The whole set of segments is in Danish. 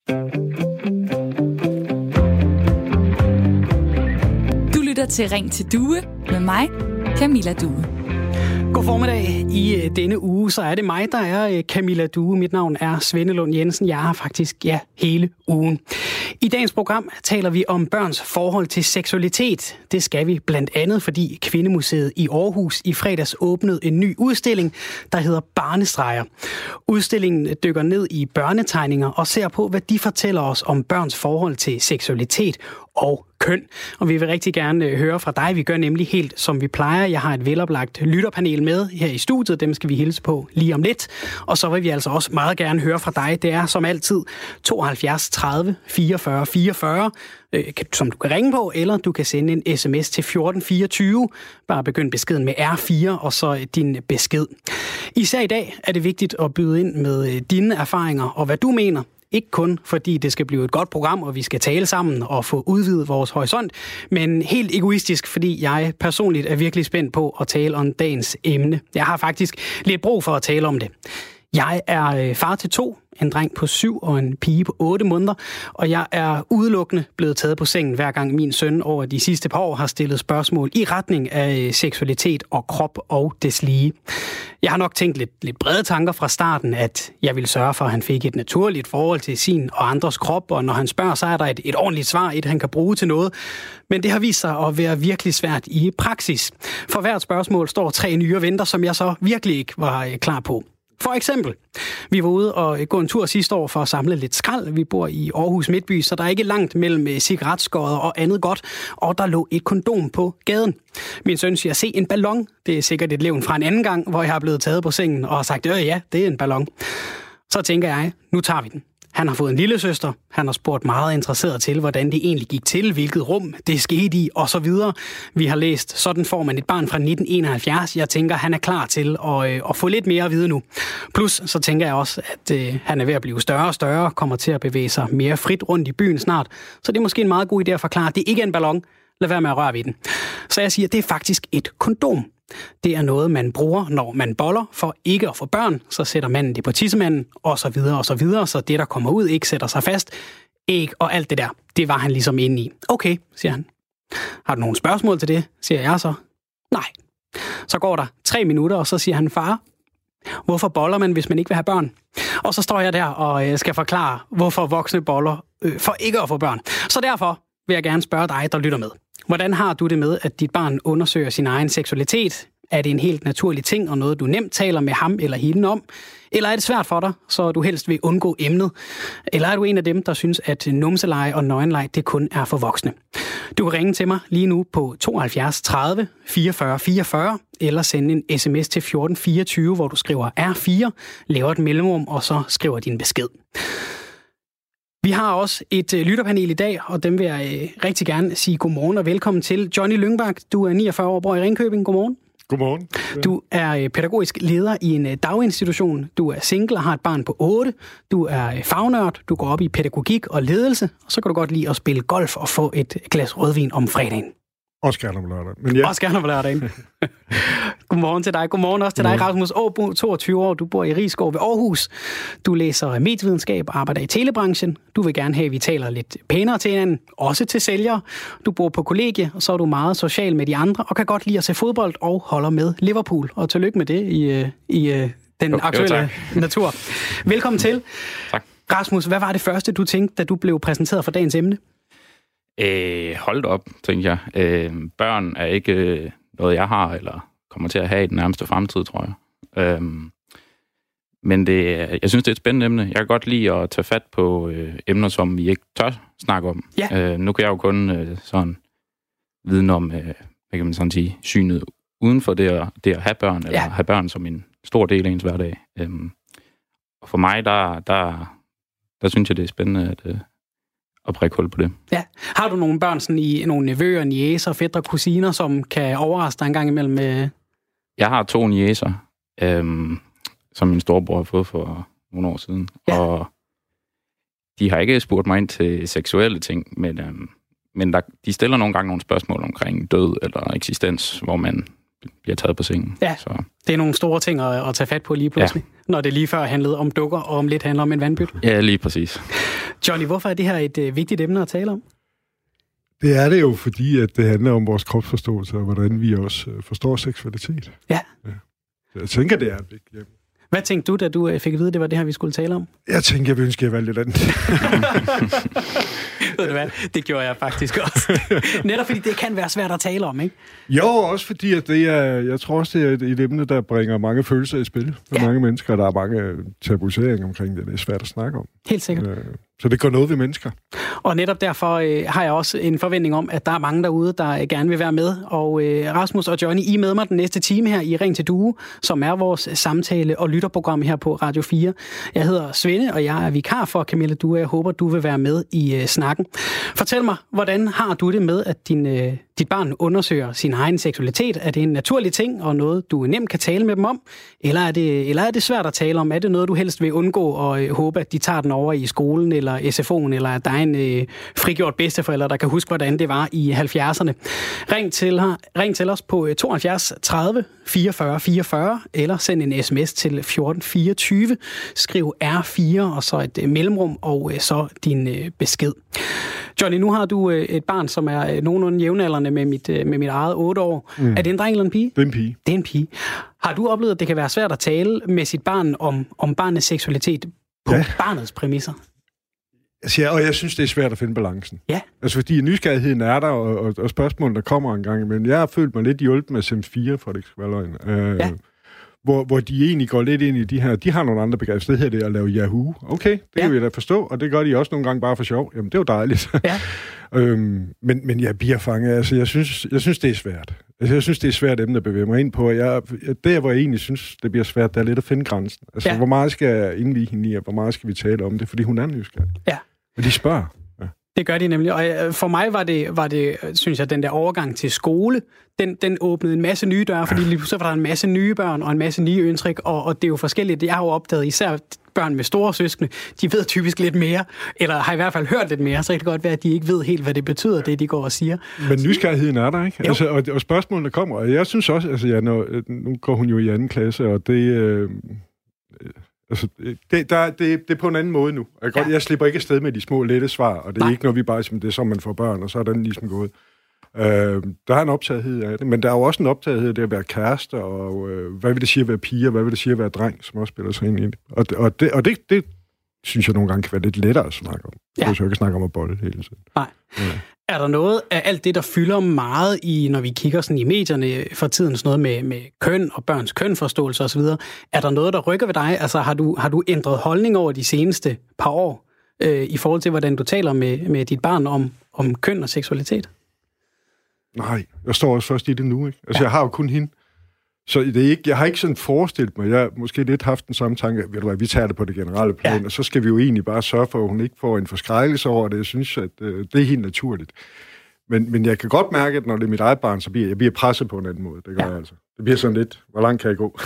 Du lytter til Ring til Due med mig, Camilla Due. God formiddag. I denne uge, så er det mig, der er Camilla Due. Mit navn er Svende Lund Jensen. Jeg er faktisk, hele ugen. I dagens program taler vi om børns forhold til seksualitet. Det skal vi blandt andet, fordi Kvindemuseet i Aarhus i fredags åbnede en ny udstilling, der hedder Barnestreger. Udstillingen dykker ned i børnetegninger og ser på, hvad de fortæller os om børns forhold til seksualitet og køn. Og vi vil rigtig gerne høre fra dig. Vi gør nemlig helt som vi plejer. Jeg har et veloplagt lytterpanel med her i studiet. Dem skal vi hilse på lige om lidt. Og så vil vi altså også meget gerne høre fra dig. Det er som altid 72 30 44 44, som du kan ringe på, eller du kan sende en sms til 1424. Bare begynd beskeden med R4 og så din besked. Især i dag er det vigtigt at byde ind med dine erfaringer og hvad du mener. Ikke kun fordi det skal blive et godt program, og vi skal tale sammen og få udvidet vores horisont, men helt egoistisk, fordi jeg personligt er virkelig spændt på at tale om dagens emne. Jeg har faktisk lidt brug for at tale om det. Jeg er far til 2, en dreng på 7 og en pige på 8 måneder, og jeg er udelukkende blevet taget på sengen, hver gang min søn over de sidste par år har stillet spørgsmål i retning af seksualitet og krop og deslige. Jeg har nok tænkt lidt brede tanker fra starten, at jeg ville sørge for, at han fik et naturligt forhold til sin og andres krop, og når han spørger, så er der et ordentligt svar, et han kan bruge til noget. Men det har vist sig at være virkelig svært i praksis. For hvert spørgsmål står 3 nye og venter, som jeg så virkelig ikke var klar på. For eksempel, vi var ude og gå en tur sidste år for at samle lidt skrald. Vi bor i Aarhus Midtby, så der er ikke langt mellem cigaretskodder og andet godt, og der lå et kondom på gaden. Min søn siger, se en ballon. Det er sikkert et levn fra en anden gang, hvor jeg har blevet taget på sengen og har sagt, ja, det er en ballon. Så tænker jeg, nu tager vi den. Han har fået en lille søster. Han har spurgt meget interesseret til, hvordan det egentlig gik til, hvilket rum det skete i, og så videre. Vi har læst, sådan får man et barn fra 1971. Jeg tænker, han er klar til at få lidt mere at vide nu. Plus, så tænker jeg også, at han er ved at blive større og større, kommer til at bevæge sig mere frit rundt i byen snart. Så det er måske en meget god idé at forklare, at det ikke er en ballon. Lad være med at røre ved den. Så jeg siger, at det er faktisk et kondom. Det er noget, man bruger, når man boller for ikke at få børn. Så sætter manden det på tissemanden, og så videre, så det, der kommer ud, ikke sætter sig fast. Æg og alt det der, det var han ligesom inde i. Okay, siger han. Har du nogle spørgsmål til det, siger jeg så. Nej. Så går der 3 minutter, og så siger han, far, hvorfor boller man, hvis man ikke vil have børn? Og så står jeg der og skal forklare, hvorfor voksne boller for ikke at få børn. Så derfor vil jeg gerne spørge dig, der lytter med. Hvordan har du det med, at dit barn undersøger sin egen seksualitet? Er det en helt naturlig ting, og noget, du nemt taler med ham eller hende om? Eller er det svært for dig, så du helst vil undgå emnet? Eller er du en af dem, der synes, at numseleje og nøgenleje, det kun er for voksne? Du kan ringe til mig lige nu på 72 30 44 44, eller sende en sms til 1424, hvor du skriver R4, laver et mellemrum, og så skriver din besked. Vi har også et lytterpanel i dag, og dem vil jeg rigtig gerne sige godmorgen og velkommen til. Johnny Lyngbak, du er 49 år, bor i Ringkøbing. Godmorgen. Godmorgen. Du er pædagogisk leder i en daginstitution. Du er single og har et barn på 8. Du er fagnørd. Du går op i pædagogik og ledelse. Og så kan du godt lide at spille golf og få et glas rødvin om fredagen. Også gerne om lørdagen. Men ja. Også gerne om lørdagen. Godmorgen til dig. Godmorgen også til dig, Rasmus Aabo, 22 år. Du bor i Risskov ved Aarhus. Du læser medievidenskab og arbejder i telebranchen. Du vil gerne have, at vi taler lidt pænere til hinanden, også til sælgere. Du bor på kollegie, og så er du meget social med de andre, og kan godt lide at se fodbold og holder med Liverpool. Og tillykke med det i den aktuelle natur. Velkommen til. Tak. Rasmus, hvad var det første, du tænkte, da du blev præsenteret for dagens emne? Hold op, tænkte jeg. Børn er ikke noget, jeg har, eller kommer til at have i den nærmeste fremtid, tror jeg. Men jeg synes, det er et spændende emne. Jeg kan godt lide at tage fat på emner, som vi ikke tør snakke om. Ja. Nu kan jeg jo kun sådan viden om, hvad kan man sådan sige, synet uden for det at have børn, eller have børn som en stor del af ens hverdag. Og for mig, der synes jeg, det er spændende at prikke hul på det. Ja. Har du nogle børn, sådan i nogle nevøer, niecer, fætre, kusiner, som kan overraske dig en gang imellem? Jeg har 2 niecer, som min storebror har fået for nogle år siden. Ja. Og de har ikke spurgt mig ind til seksuelle ting, men de stiller nogle gange nogle spørgsmål omkring død eller eksistens, hvor man bliver taget på sengen. Ja, så det er nogle store ting at tage fat på lige pludselig, når det lige før handlede om dukker, og om lidt handler om en vandbyt. Ja, lige præcis. Johnny, hvorfor er det her et vigtigt emne at tale om? Det er det jo, fordi at det handler om vores kropsforståelse, og hvordan vi også forstår seksualitet. Ja. Jeg tænker, det er et vigtigt emne. Hvad tænkte du, da du fik at vide, det var det her, vi skulle tale om? Jeg tænkte, jeg ville ønske, at jeg valgte lidt andet. Ved du hvad? Det gjorde jeg faktisk også. Netop fordi det kan være svært at tale om, ikke? Jo, også fordi at jeg tror også, det er et emne, der bringer mange følelser i spil for mange mennesker. Der er mange tabuiseringer omkring det. Det er svært at snakke om. Helt sikkert. Så det går noget ved mennesker. Og netop derfor har jeg også en forventning om, at der er mange derude, der gerne vil være med. Og Rasmus og Johnny, I er med mig den næste time her i Ring til Due, som er vores samtale- og lytterprogram her på Radio 4. Jeg hedder Svende, og jeg er vikar for Camilla Due. Jeg håber, du vil være med i snakken. Fortæl mig, hvordan har du det med, at dit barn undersøger sin egen seksualitet? Er det en naturlig ting, og noget, du nemt kan tale med dem om? Eller er det svært at tale om? Er det noget, du helst vil undgå og håbe, at de tager den over i skolen eller SFO'en, eller at der er en frigjort bedsteforælder, der kan huske, hvordan det var i 70'erne? Ring til os på 72 30 44 44, eller send en sms til 1424. Skriv R4, og så et mellemrum, og så din besked. Johnny, nu har du et barn, som er nogenlunde jævnaldrende med mit eget 8 år. Er det en dreng eller en pige? Det er en pige. Det er en pige. Har du oplevet, at det kan være svært at tale med sit barn om barnets seksualitet på barnets præmisser? Og jeg synes, det er svært at finde balancen. Ja. Altså, fordi nysgerrigheden er der, og spørgsmålene, der kommer en gang imellem. Jeg har følt mig lidt hjulpet med Sims 4, for det ikke skal være løgn. Hvor de egentlig går lidt ind i de her... De har nogle andre begreber. Det her det er at lave Yahoo. Okay, det kan vi da forstå, og det gør de også nogle gange bare for sjov. Jamen, det er jo dejligt. Ja. Men jeg bliver fanget. Altså, jeg synes, det er svært. Altså, jeg synes, det er svært emne at bevæge mig ind på. Der, hvor jeg egentlig synes, det bliver svært, det er lidt at finde grænsen. Altså, hvor meget skal jeg indvige hende i, og hvor meget skal vi tale om det? Fordi hun er nysgerrig. Ja. Men de spørger. Ja. Det gør de nemlig. Og for mig var det, synes jeg, den der overgang til skole, den åbnede en masse nye døre, fordi lige pludselig var der en masse nye børn og en masse nye indtryk, og det er jo forskelligt. Jeg har jo opdaget, især børn med store søskende, de ved typisk lidt mere, eller har i hvert fald hørt lidt mere, så kan det godt være, at de ikke ved helt, hvad det betyder, det de går og siger. Men nysgerrigheden er der, ikke? Altså, og spørgsmålene kommer, og jeg synes også, altså nu går hun jo i 2. klasse, og det... Altså, det er på en anden måde nu. Jeg slipper ikke afsted med de små, lette svar, og det er ikke noget, vi bare siger, det er som man får børn, og så er den ligesom gået. Der er en optagethed af det, men der er jo også en optagethed af det at være kæreste, og hvad vil det sige at være pige, og hvad vil det sige at være dreng, som også spiller sig ind i det. Og det synes jeg nogle gange kan være lidt lettere at snakke om. Ja. Jeg ikke snakke om at bolle hele tiden. Nej. Ja. Er der noget af alt det, der fylder meget når vi kigger sådan i medierne for tiden, sådan noget med køn og børns kønforståelse osv., er der noget, der rykker ved dig? Altså har du ændret holdning over de seneste par år i forhold til, hvordan du taler med dit barn om køn og seksualitet? Nej, jeg står også først i det nu, ikke? Altså, jeg har jo kun hende. Så det er ikke, jeg har ikke sådan forestillet mig, jeg har måske lidt haft den samme tanke, ved du hvad, vi tager det på det generelle plan, og så skal vi jo egentlig bare sørge for, at hun ikke får en forskrækkelse over det. Jeg synes, at det er helt naturligt. Men jeg kan godt mærke, at når det er mit eget barn, så bliver jeg presset på en anden måde. Det gør jeg altså. Det bliver sådan lidt, hvor langt kan jeg gå?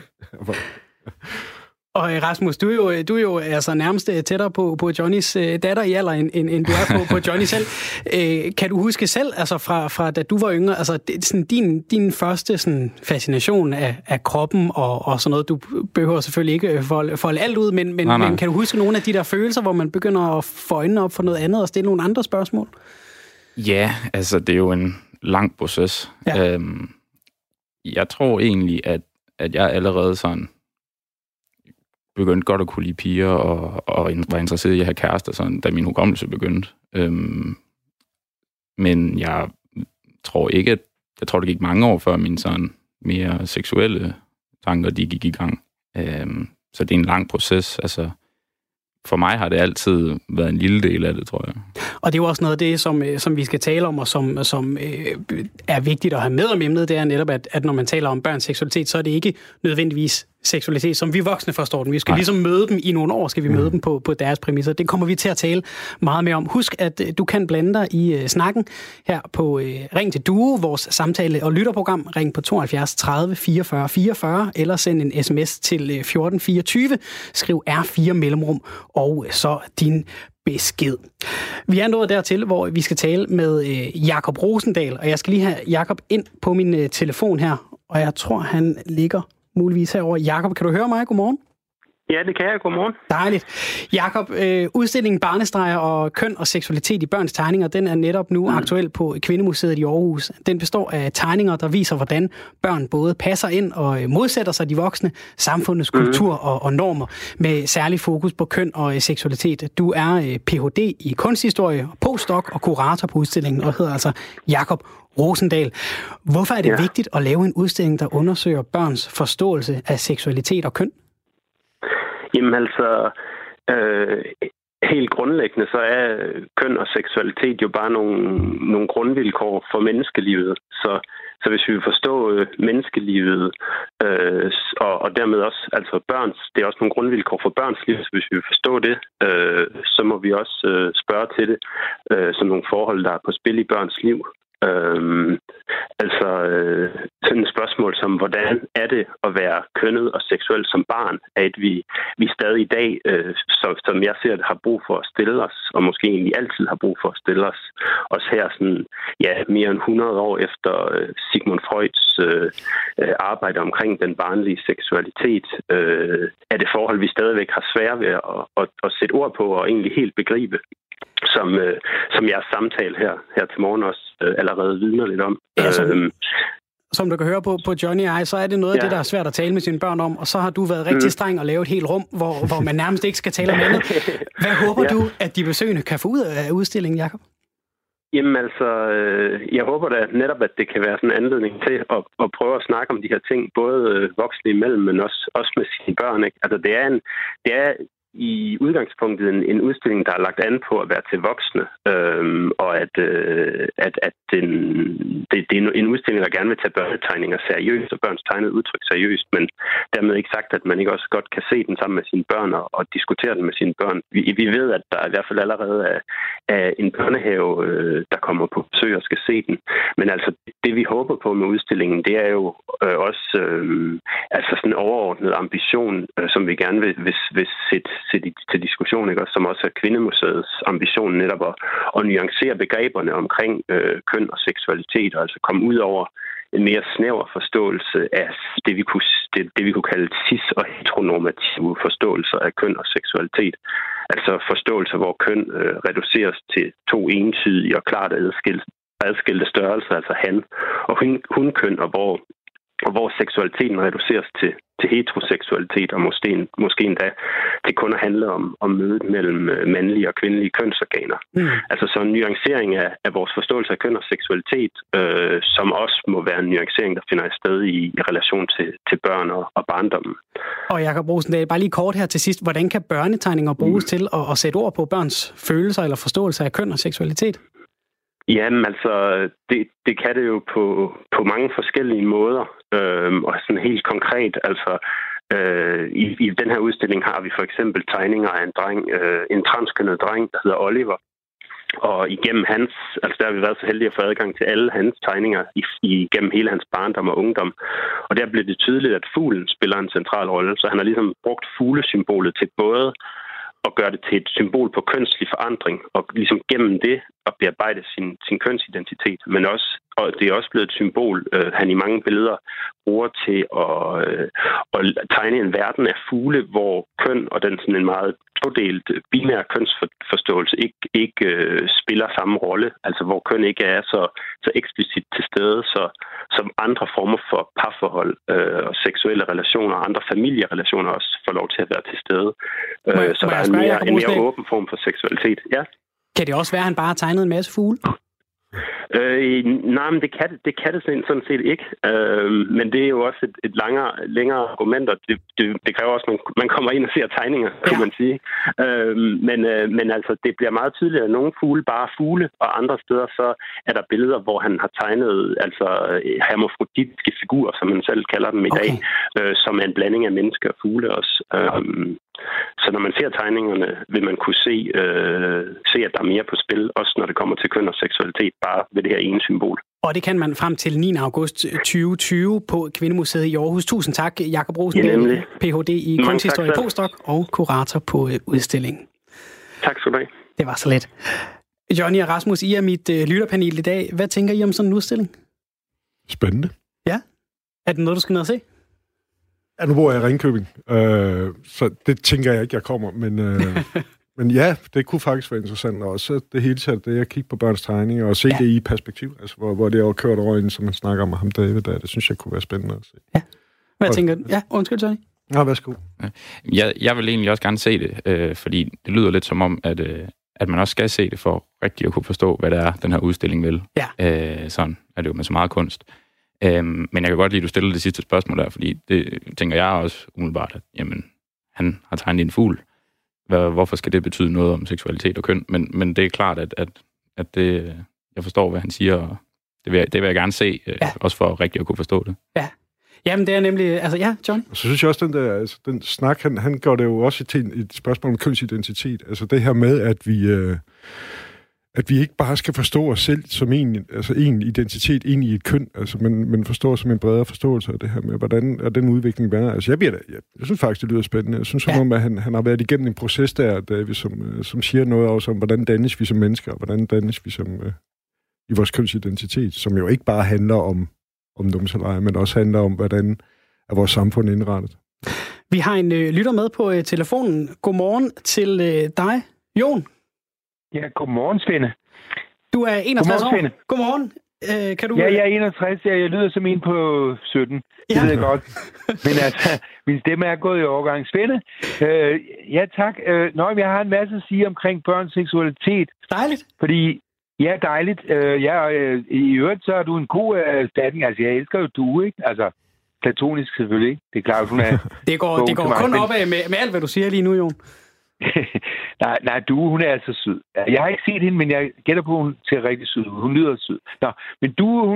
Og Rasmus, du er jo altså nærmest tættere på Johnnys datter i alder, end du er på Johnny selv. Kan du huske selv, altså fra da du var yngre, altså sådan din første sådan fascination af kroppen og sådan noget, du behøver selvfølgelig ikke folde alt ud, men kan du huske nogle af de der følelser, hvor man begynder at få øjnene op for noget andet og stille nogle andre spørgsmål? Ja, altså det er jo en lang proces. Ja. Jeg tror egentlig, at jeg allerede sådan begyndte godt at kunne lide piger, og var interesseret i at have kærester, sådan, da min hukommelse begyndte. Men jeg tror ikke, det gik mange år før mine sådan mere seksuelle tanker, de gik i gang. Så det er en lang proces. Altså, for mig har det altid været en lille del af det, tror jeg. Og det er jo også noget af det, som vi skal tale om, og som er vigtigt at have med om emnet, det er netop, at når man taler om børns seksualitet, så er det ikke nødvendigvis seksualitet, som vi voksne forstår den. Vi skal ligesom møde dem i nogle år, skal vi møde dem på deres præmisser. Det kommer vi til at tale meget mere om. Husk, at du kan blande dig i snakken her på Ring til Due, vores samtale- og lytterprogram. Ring på 72 30 44 44, eller send en sms til 1424. Skriv R4 mellemrum, og så din besked. Vi er nået dertil, hvor vi skal tale med Jakob Rosendal, og jeg skal lige have Jakob ind på min telefon her. og jeg tror, han ligger muligvis herover. Jakob, kan du høre mig? Godmorgen. Ja, det kan jeg. Godmorgen. Dejligt. Jakob, udstillingen Barnestreger og køn og seksualitet i børns tegninger, den er netop nu aktuel på Kvindemuseet i Aarhus. Den består af tegninger, der viser, hvordan børn både passer ind og modsætter sig de voksne, samfundets kultur og normer, med særlig fokus på køn og seksualitet. Du er Ph.D. i kunsthistorie, postdoc og kurator på udstillingen, og hedder altså Jakob Rosendahl. Hvorfor er det vigtigt at lave en udstilling, der undersøger børns forståelse af seksualitet og køn? Jamen altså, helt grundlæggende, så er køn og seksualitet jo bare nogle grundvilkår for menneskelivet. Så hvis vi vil forstå menneskelivet, og dermed også altså børns, det er også nogle grundvilkår for børns liv, så hvis vi vil forstå det, så må vi også spørge til det som nogle forhold, der er på spil i børns liv. Sådan et spørgsmål som, hvordan er det at være kønnet og seksuel som barn, er et vi stadig i dag, som jeg ser det, har brug for at stille os, og måske egentlig altid har brug for at stille os. Også her sådan, mere end 100 år efter Sigmund Freuds arbejde omkring den barnlige seksualitet, er det forhold, vi stadigvæk har svært ved at sætte ord på og egentlig helt begribe. Som jeres samtale her til morgen også allerede vidner lidt om. Ja, som du kan høre på Johnny og jeg, så er det noget af det, der er svært at tale med sine børn om, og så har du været rigtig streng og lavet et helt rum, hvor man nærmest ikke skal tale om andet. Hvad håber du, at de besøgende kan få ud af udstillingen, Jakob? Jamen altså, jeg håber da netop, at det kan være sådan en anledning til at prøve at snakke om de her ting, både voksne imellem, men også med sine børn. Ikke? Altså, det er i udgangspunktet en udstilling, der er lagt an på at være til voksne, og at det er en udstilling, der gerne vil tage børnetegninger seriøst og børns tegnede udtryk seriøst, men dermed ikke sagt, at man ikke også godt kan se den sammen med sine børn og diskutere den med sine børn. Vi ved, at der i hvert fald allerede er en børnehave, der kommer på besøg og skal se den. Men altså, det vi håber på med udstillingen, det er jo også sådan en overordnet ambition, som vi gerne vil sætte til diskussion, ikke? Som også er Kvindemuseets ambition netop at nuancere begreberne omkring køn og seksualitet, og altså komme ud over en mere snæver forståelse af det vi kunne kalde cis- og heteronormative forståelser af køn og seksualitet. Altså forståelser, hvor køn reduceres til to entydige og klart adskilte størrelser, altså han- og hunkøn, og hvor seksualiteten reduceres til heteroseksualitet, og måske endda det kun handler om mødet mellem mandlige og kvindelige kønsorganer. Altså så en nuancering af vores forståelse af køn og seksualitet, som også må være en nuancering, der finder sted i relation til børn og barndommen. Og Jakob Rosendahl, bare lige kort her til sidst. Hvordan kan børnetegninger bruges til at sætte ord på børns følelser eller forståelse af køn og seksualitet? Jamen altså, det kan det jo på mange forskellige måder, og sådan helt konkret, altså i den her udstilling har vi for eksempel tegninger af en transkønnet dreng, der hedder Oliver, og igennem der har vi været så heldige at få adgang til alle hans tegninger igennem hele hans barndom og ungdom, og der blev det tydeligt, at fuglen spiller en central rolle, så han har ligesom brugt fuglesymbolet til både og gøre det til et symbol på kønslig forandring, og ligesom gennem det at bearbejde sin kønsidentitet, men også, og det er også blevet et symbol, han i mange billeder bruger til at tegne en verden af fugle, hvor køn og den sådan en meget todelt binær kønsforståelse ikke spiller samme rolle, altså hvor køn ikke er så eksplicit til stede, som andre former for parforhold og seksuelle relationer og andre familierelationer også får lov til at være til stede. Så der er en mere åben form for seksualitet. Ja. Kan det også være, at han bare har tegnet en masse fugle? Nej, men det kan det sådan set ikke. Men det er jo også et længere argument, og det kræver også, at man kommer ind og ser tegninger, kan man sige. Men altså, det bliver meget tydeligt, at nogle fugle bare er fugle, og andre steder så er der billeder, hvor han har tegnet altså hermafroditiske figurer, som man selv kalder dem i dag, som er en blanding af mennesker og fugle også. Så når man ser tegningerne, vil man kunne se, at der er mere på spil, også når det kommer til køn og seksualitet, bare ved det her ene symbol. Og det kan man frem til 9. august 2020 på Kvindemuseet i Aarhus. Tusind tak, Jakob Rosendahl, Ph.D. i kunsthistorie, postdoc og kurator på udstillingen. Tak skal du have. Det var så let. Johnny og Rasmus, I er mit lytterpanel i dag. Hvad tænker I om sådan en udstilling? Spændende. Ja. Er det noget, du skal ned og se? Ja, nu bor jeg i Ringkøbing, så det tænker jeg ikke, jeg kommer. Men ja, det kunne faktisk være interessant. Og også det hele taget, det at kigge på børns tegninger og se det i perspektiv. Altså, hvor det er kørt over ind, som man snakker om ham David, der. Det synes jeg kunne være spændende at se. Ja. Hvad tænker du? Ja, undskyld, Tony. Ja, værsgo. Jeg vil egentlig også gerne se det, fordi det lyder lidt som om, at man også skal se det for rigtig at kunne forstå, hvad det er, den her udstilling vil. Ja. Sådan er det jo med så meget kunst. Men jeg kan godt lide, at du stiller det sidste spørgsmål der, fordi det tænker jeg også umiddelbart, at jamen, han har tegnet en fugl. Hvorfor skal det betyde noget om seksualitet og køn? Men det er klart, at det, jeg forstår, hvad han siger, og det vil jeg gerne se, også for rigtig at kunne forstå det. Ja. Jamen, det er nemlig... Altså, ja, John? Så synes jeg også, den snak, han gør det jo også til et spørgsmål om kønsidentitet. Altså det her med, at vi ikke bare skal forstå os selv som en identitet ind i et køn, altså, men forstå os som en bredere forståelse af det her med, hvordan er den udvikling været. Altså jeg synes faktisk, det lyder spændende. Jeg synes at han har været igennem en proces der som siger noget også om, hvordan dannes vi som mennesker, og hvordan dannes vi som i vores kønsidentitet, som jo ikke bare handler om numseleje, men også handler om, hvordan er vores samfund indrettet. Vi har en lytter med på telefonen. Godmorgen til dig, Jon. Ja, godmorgen, Svende. Du er 61 år. Svende. Kan du... Ja, jeg er 61. Jeg lyder som en på 17. Det ved jeg godt. Men altså, min stemme er gået i overgang. Svende, ja tak. Jeg har en masse at sige omkring børns seksualitet. Dejligt. Fordi, ja, dejligt. I øvrigt, så er du en god erstatning. Altså, jeg elsker jo du, ikke? Altså, platonisk selvfølgelig, ikke? Det er klart, hun er... det går kun opad med alt, hvad du siger lige nu, Jon. nej, hun er altså sød. Jeg har ikke set hende, men jeg gætter på, at hun ser rigtig sød ud. Hun lyder sød. Nå, men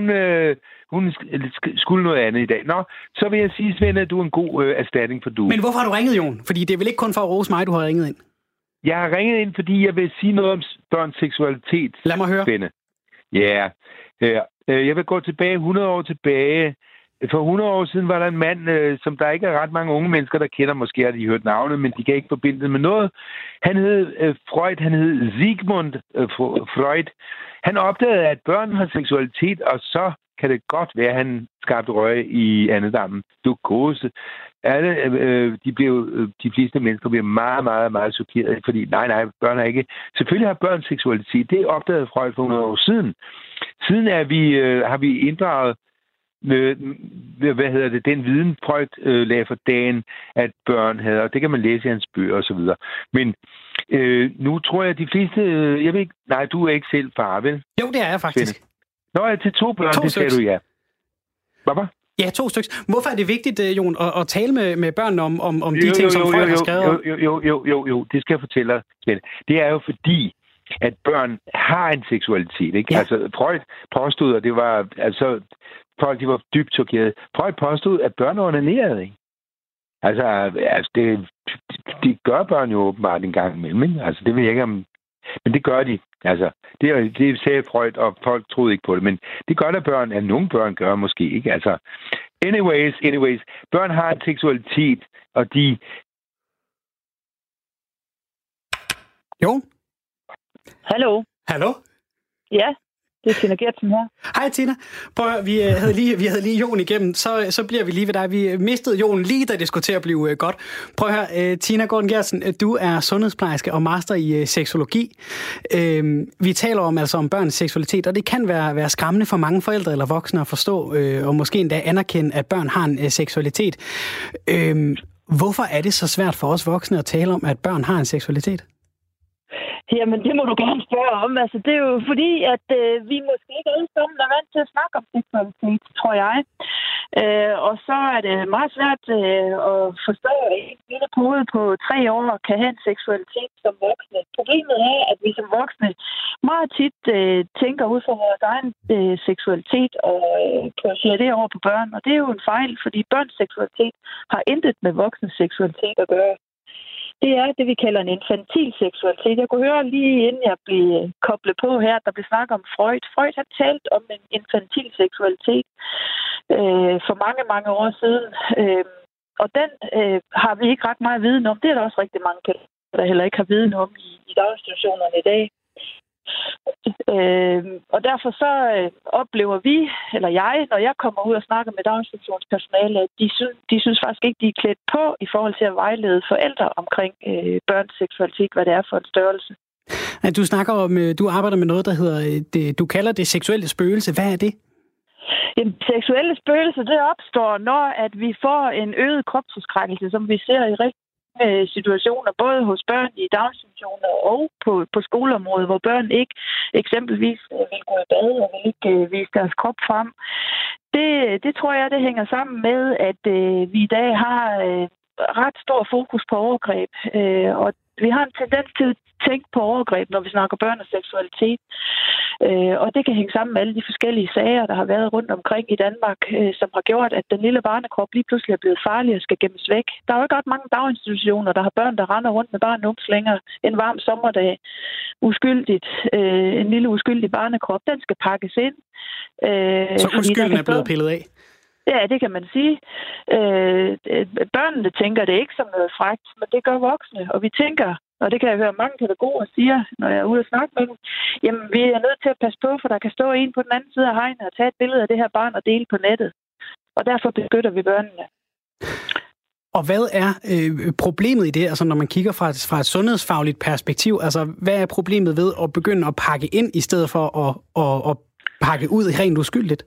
hun skulle noget andet i dag. Nå, så vil jeg sige, Svend, at du er en god erstatning for du. Men hvorfor har du ringet, Jon? Fordi det er vel ikke kun for at rose mig, du har ringet ind? Jeg har ringet ind, fordi jeg vil sige noget om børns seksualitet. Lad mig høre. Svend. Ja. Jeg vil gå tilbage 100 år tilbage. For 100 år siden var der en mand, som der ikke er ret mange unge mennesker, der kender. Måske har de hørt navnet, men de kan ikke forbinde det med noget. Han hed Freud. Han hed Sigmund Freud. Han opdagede, at børn har seksualitet, og så kan det godt være, at han skabte røg i andedammen. Glukose. De fleste mennesker bliver meget, meget, meget chokeret, fordi nej, børn er ikke... Selvfølgelig har børn seksualitet. Det opdagede Freud for 100 år siden. Siden har vi inddraget den viden, Freud lagde for dagen, at børn havde, og det kan man læse i hans bøger og så videre. Men nu tror jeg, at de fleste... jeg ved ikke... Nej, du er ikke selv far, vel? Jo, det er jeg faktisk. Nå, ja, til 2 børn, det sagde du, ja. Hvad? Ja, 2 stykker. Hvorfor er det vigtigt, Jon, at tale med børn om de ting, som Freud har skrevet? Jo, det skal jeg fortælle dig, Svend. Det er jo fordi, at børn har en seksualitet, ikke? Ja. Altså, Freud påstod, at det var... Altså, folk, de var dybt chokeret. Freud påstod, at børn onanerede, ikke? Altså det gør børn jo åbenbart en gang imellem, ikke? Altså, det ved jeg ikke om... Men det gør de. Altså, det sagde Freud, og folk troede ikke på det. Men det gør der børn, at nogle børn gør måske ikke. Altså, anyways. Børn har en seksualitet, og de... Jo? Hallo? Ja, det er Tina Gertsen her. Hej Tina. Prøv at høre, vi havde lige Jon igennem, så bliver vi lige ved dig. Vi mistede Jon lige, da det skulle til at blive godt. Prøv at høre, Tina Gordon Gertsen, du er sundhedsplejerske og master i seksologi. Vi taler om børns seksualitet, og det kan være skræmmende for mange forældre eller voksne at forstå, og måske endda anerkende, at børn har en seksualitet. Hvorfor er det så svært for os voksne at tale om, at børn har en seksualitet? Jamen, det må du gerne spørge om. Altså, det er jo fordi, at vi måske ikke alle sammen er vant til at snakke om seksualitet, tror jeg. Og så er det meget svært at forstå, at en lille pude på 3 år kan have en seksualitet som voksne. Problemet er, at vi som voksne meget tit tænker ud fra vores egen seksualitet og projicerer det over på børn. Og det er jo en fejl, fordi børns seksualitet har intet med voksnes seksualitet at gøre. Det er det, vi kalder en infantil seksualitet. Jeg kunne høre lige inden jeg blev koblet på her, der blev snakket om Freud. Freud har talt om en infantil seksualitet for mange, mange år siden. Og den har vi ikke ret meget viden om. Det er der også rigtig mange, der heller ikke har viden om i daginstitutionerne i dag. Og derfor så oplever vi, eller jeg, når jeg kommer ud og snakker med daginstitutionspersonale, at de synes faktisk ikke, de er klædt på i forhold til at vejlede forældre omkring børns seksualitet, hvad det er for en størrelse. Du snakker om, du arbejder med noget, der hedder, du kalder det seksuelle spøgelse. Hvad er det? Jamen, seksuelle spøgelser, det opstår, når at vi får en øget kropsforskrækkelse, som vi ser i rigtig situationer, både hos børn i daginstitutioner og på skoleområdet, hvor børn ikke eksempelvis vil gå i bad og vil ikke vise deres krop frem. Det tror jeg, det hænger sammen med, at vi i dag har ret stor fokus på overgreb, og vi har en tendens til at tænke på overgreb, når vi snakker børn og seksualitet. Og det kan hænge sammen med alle de forskellige sager, der har været rundt omkring i Danmark, som har gjort, at den lille barnekrop lige pludselig er blevet farlig og skal gemmes væk. Der er jo ikke ret mange daginstitutioner, der har børn, der render rundt med barnumslænger en varm sommerdag. Uskyldigt. En lille uskyldig barnekrop, den skal pakkes ind. Så uskylden er blevet pillet af? Ja, det kan man sige. Børnene tænker det ikke som noget frækt, men det gør voksne. Og vi tænker, og det kan jeg høre mange pædagoger siger, når jeg er ude og snakke med dem, jamen vi er nødt til at passe på, for der kan stå en på den anden side af hegnet og tage et billede af det her barn og dele på nettet. Og derfor beskytter vi børnene. Og hvad er problemet i det, altså når man kigger fra et sundhedsfagligt perspektiv? Altså, hvad er problemet ved at begynde at pakke ind, i stedet for at pakke ud rent uskyldigt?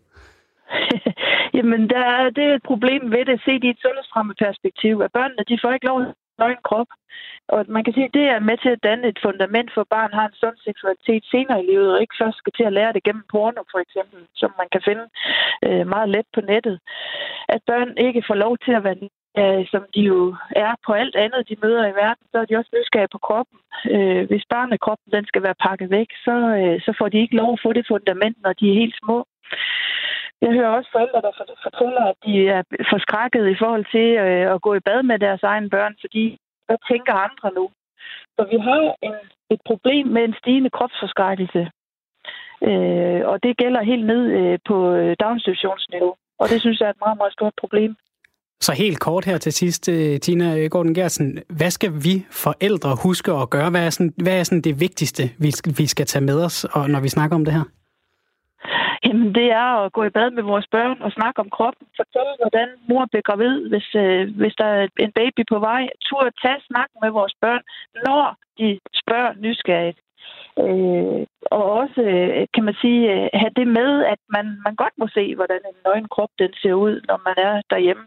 Jamen, det er et problem ved det, set i et sundhedsfremmende perspektiv, at børnene, de får ikke lov til nøgen krop. Og man kan sige, at det er med til at danne et fundament for, at barn har en sund seksualitet senere i livet, og ikke først skal til at lære det gennem porno, for eksempel, som man kan finde meget let på nettet. At børn ikke får lov til at være som de jo er på alt andet, de møder i verden, så er de også nysgerrige på kroppen. Hvis barnekroppen den skal være pakket væk, så får de ikke lov at få det fundament, når de er helt små. Jeg hører også forældre, der fortæller, at de er forskrækket i forhold til at gå i bad med deres egne børn, fordi hvad tænker andre nu? Så vi har et problem med en stigende kropsforskrækkelse, og det gælder helt ned på daginstitutionsniveau, og det synes jeg er et meget, meget stort problem. Så helt kort her til sidst, Tina Gordon Gertsen, hvad skal vi forældre huske at gøre? Hvad er sådan det vigtigste, vi skal tage med os, når vi snakker om det her? Jamen, det er at gå i bad med vores børn og snakke om kroppen. Fortælle, hvordan mor bliver gravid, hvis der er en baby på vej. Tur at tage snakken med vores børn, når de spørger nysgerrigt. Og også, kan man sige, have det med, at man godt må se, hvordan en nøgen krop den ser ud, når man er derhjemme.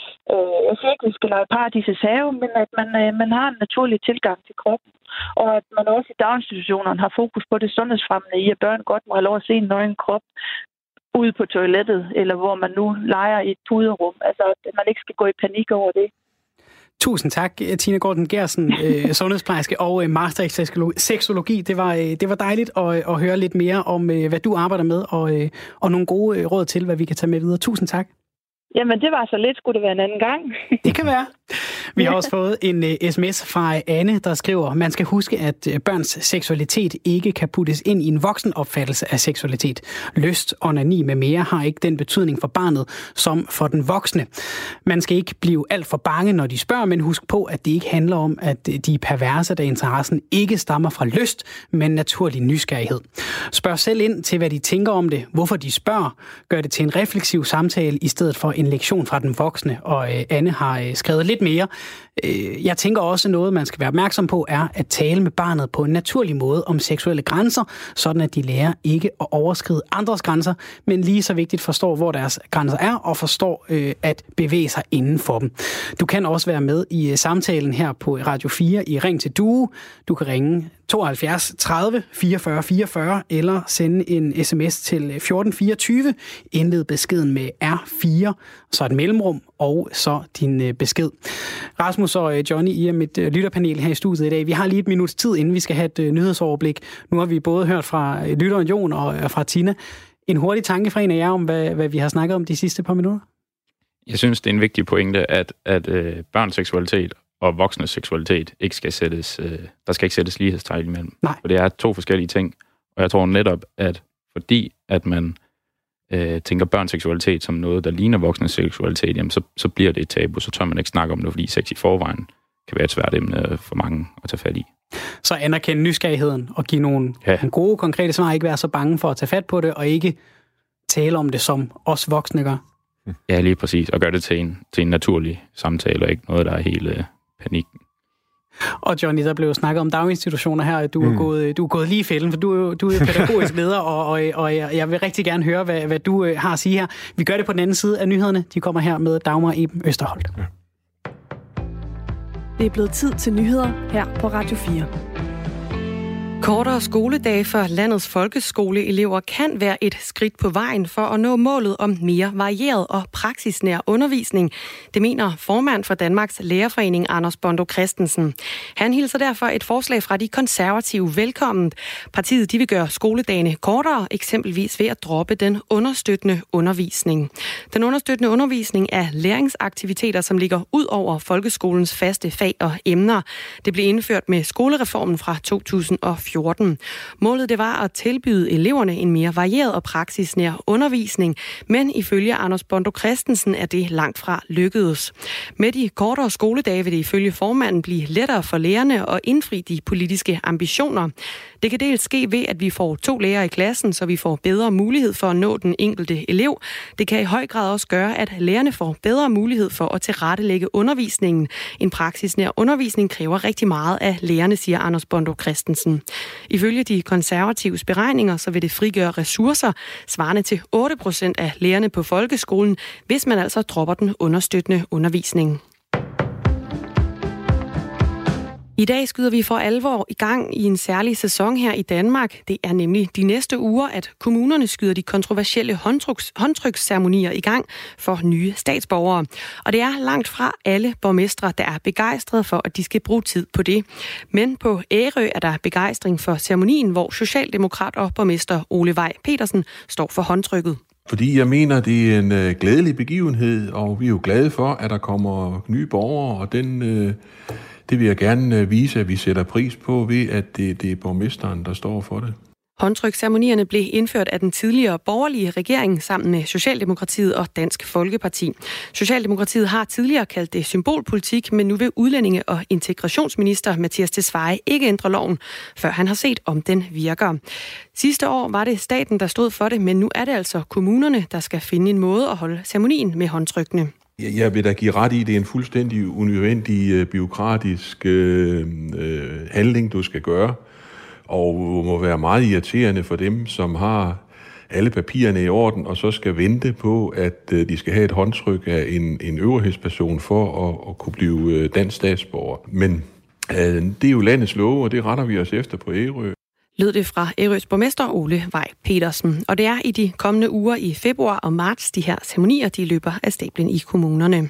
Jeg siger ikke, at vi skal lege paradisets have, men at man har en naturlig tilgang til kroppen. Og at man også i daginstitutionerne har fokus på det sundhedsfremmende i, at børn godt må have lov at se en nøgen krop ude på toilettet, eller hvor man nu leger i et puderum. Altså, at man ikke skal gå i panik over det. Tusind tak, Tina Gordon Gertsen, sundhedsplejerske og master i seksologi. Det var dejligt at høre lidt mere om, hvad du arbejder med, og nogle gode råd til, hvad vi kan tage med videre. Tusind tak. Jamen, det var så lidt. Skulle det være en anden gang? Det kan være. Vi har også fået en sms fra Anne, der skriver, man skal huske, at børns seksualitet ikke kan puttes ind i en voksen opfattelse af seksualitet. Lyst, onani med mere har ikke den betydning for barnet som for den voksne. Man skal ikke blive alt for bange, når de spørger, men husk på, at det ikke handler om, at de er perverse, da interessen ikke stammer fra lyst, men naturlig nysgerrighed. Spørg selv ind til, hvad de tænker om det, hvorfor de spørger. Gør det til en refleksiv samtale i stedet for en lektion fra den voksne, og Anne har skrevet lidt mere. Jeg tænker også noget, man skal være opmærksom på, er at tale med barnet på en naturlig måde om seksuelle grænser, sådan at de lærer ikke at overskride andres grænser, men lige så vigtigt forstår, hvor deres grænser er, og forstår at bevæge sig inden for dem. Du kan også være med i samtalen her på Radio 4 i Ring til Due. Du kan ringe 72 30 44 44 eller sende en sms til 1424. Indled beskeden med R4, så et mellemrum og så din besked. Rasmus og Johnny, I er mit lytterpanel her i studiet i dag. Vi har lige et minuts tid, inden vi skal have et nyhedsoverblik. Nu har vi både hørt fra lytteren Jon og fra Tina. En hurtig tanke fra en af jer om, hvad vi har snakket om de sidste par minutter? Jeg synes, det er en vigtig pointe, at børns seksualitet og voksnes seksualitet ikke skal sættes, der skal ikke sættes lighedstegn imellem. Nej. For det er to forskellige ting. Og jeg tror netop, at fordi at man tænker børns seksualitet som noget, der ligner voksnes seksualitet, jamen så bliver det et tabu, så tør man ikke snakke om det, fordi sex i forvejen kan være et svært emne for mange at tage fat i. Så anerkende nysgerrigheden og give nogle gode, konkrete svar, ikke være så bange for at tage fat på det, og ikke tale om det, som os voksne gør. Ja, lige præcis. Og gøre det til en naturlig samtale, og ikke noget, der er helt panik. Og Johnny, der blev snakket om daginstitutioner her. Du er gået lige i fælden, for du er pædagogisk leder, og jeg vil rigtig gerne høre, hvad du har at sige her. Vi gør det på den anden side af nyhederne. De kommer her med Dagmar Eben Østerholt. Ja. Det er blevet tid til nyheder her på Radio 4. Kortere skoledage for landets folkeskoleelever kan være et skridt på vejen for at nå målet om mere varieret og praksisnær undervisning. Det mener formand for Danmarks Lærerforening, Anders Bondo Christensen. Han hilser derfor et forslag fra de konservative velkomment. Partiet vil gøre skoledagene kortere, eksempelvis ved at droppe den understøttende undervisning. Den understøttende undervisning er læringsaktiviteter, som ligger ud over folkeskolens faste fag og emner. Det blev indført med skolereformen fra 2014. Målet det var at tilbyde eleverne en mere varieret og praksisnær undervisning, men ifølge Anders Bondo Christensen er det langt fra lykkedes. Med de kortere skoledage vil det ifølge formanden blive lettere for lærerne at indfri de politiske ambitioner. Det kan dels ske ved, at vi får 2 lærere i klassen, så vi får bedre mulighed for at nå den enkelte elev. Det kan i høj grad også gøre, at lærerne får bedre mulighed for at tilrettelægge undervisningen. En praksisnær undervisning kræver rigtig meget af lærerne, siger Anders Bondo Christensen. Ifølge de konservatives beregninger, så vil det frigøre ressourcer, svarende til 8% af lærerne på folkeskolen, hvis man altså dropper den understøttende undervisning. I dag skyder vi for alvor i gang i en særlig sæson her i Danmark. Det er nemlig de næste uger, at kommunerne skyder de kontroversielle håndtryksceremonier i gang for nye statsborgere. Og det er langt fra alle borgmestre, der er begejstrede for, at de skal bruge tid på det. Men på Ærø er der begejstring for ceremonien, hvor socialdemokrat og borgmester Ole Vej Petersen står for håndtrykket. Fordi jeg mener, det er en glædelig begivenhed, og vi er jo glade for, at der kommer nye borgere, og det vil jeg gerne vise, at vi sætter pris på ved, at det er borgmesteren, der står for det. Håndtryksceremonierne blev indført af den tidligere borgerlige regering sammen med Socialdemokratiet og Dansk Folkeparti. Socialdemokratiet har tidligere kaldt det symbolpolitik, men nu vil udlændinge- og integrationsminister Mattias Tesfaye ikke ændre loven, før han har set, om den virker. Sidste år var det staten, der stod for det, men nu er det altså kommunerne, der skal finde en måde at holde ceremonien med håndtrykkene. Jeg vil da give ret i, det er en fuldstændig unødvendig bureaukratisk handling, du skal gøre, og må være meget irriterende for dem, som har alle papirerne i orden, og så skal vente på, at de skal have et håndtryk af en øvrighedsperson for at kunne blive dansk statsborger. Men det er jo landets love, og det retter vi os efter på Ærø. Lød det fra Ærøs borgmester Ole Vej Petersen. Og det er i de kommende uger i februar og marts, de her ceremonier, de løber af stablen i kommunerne.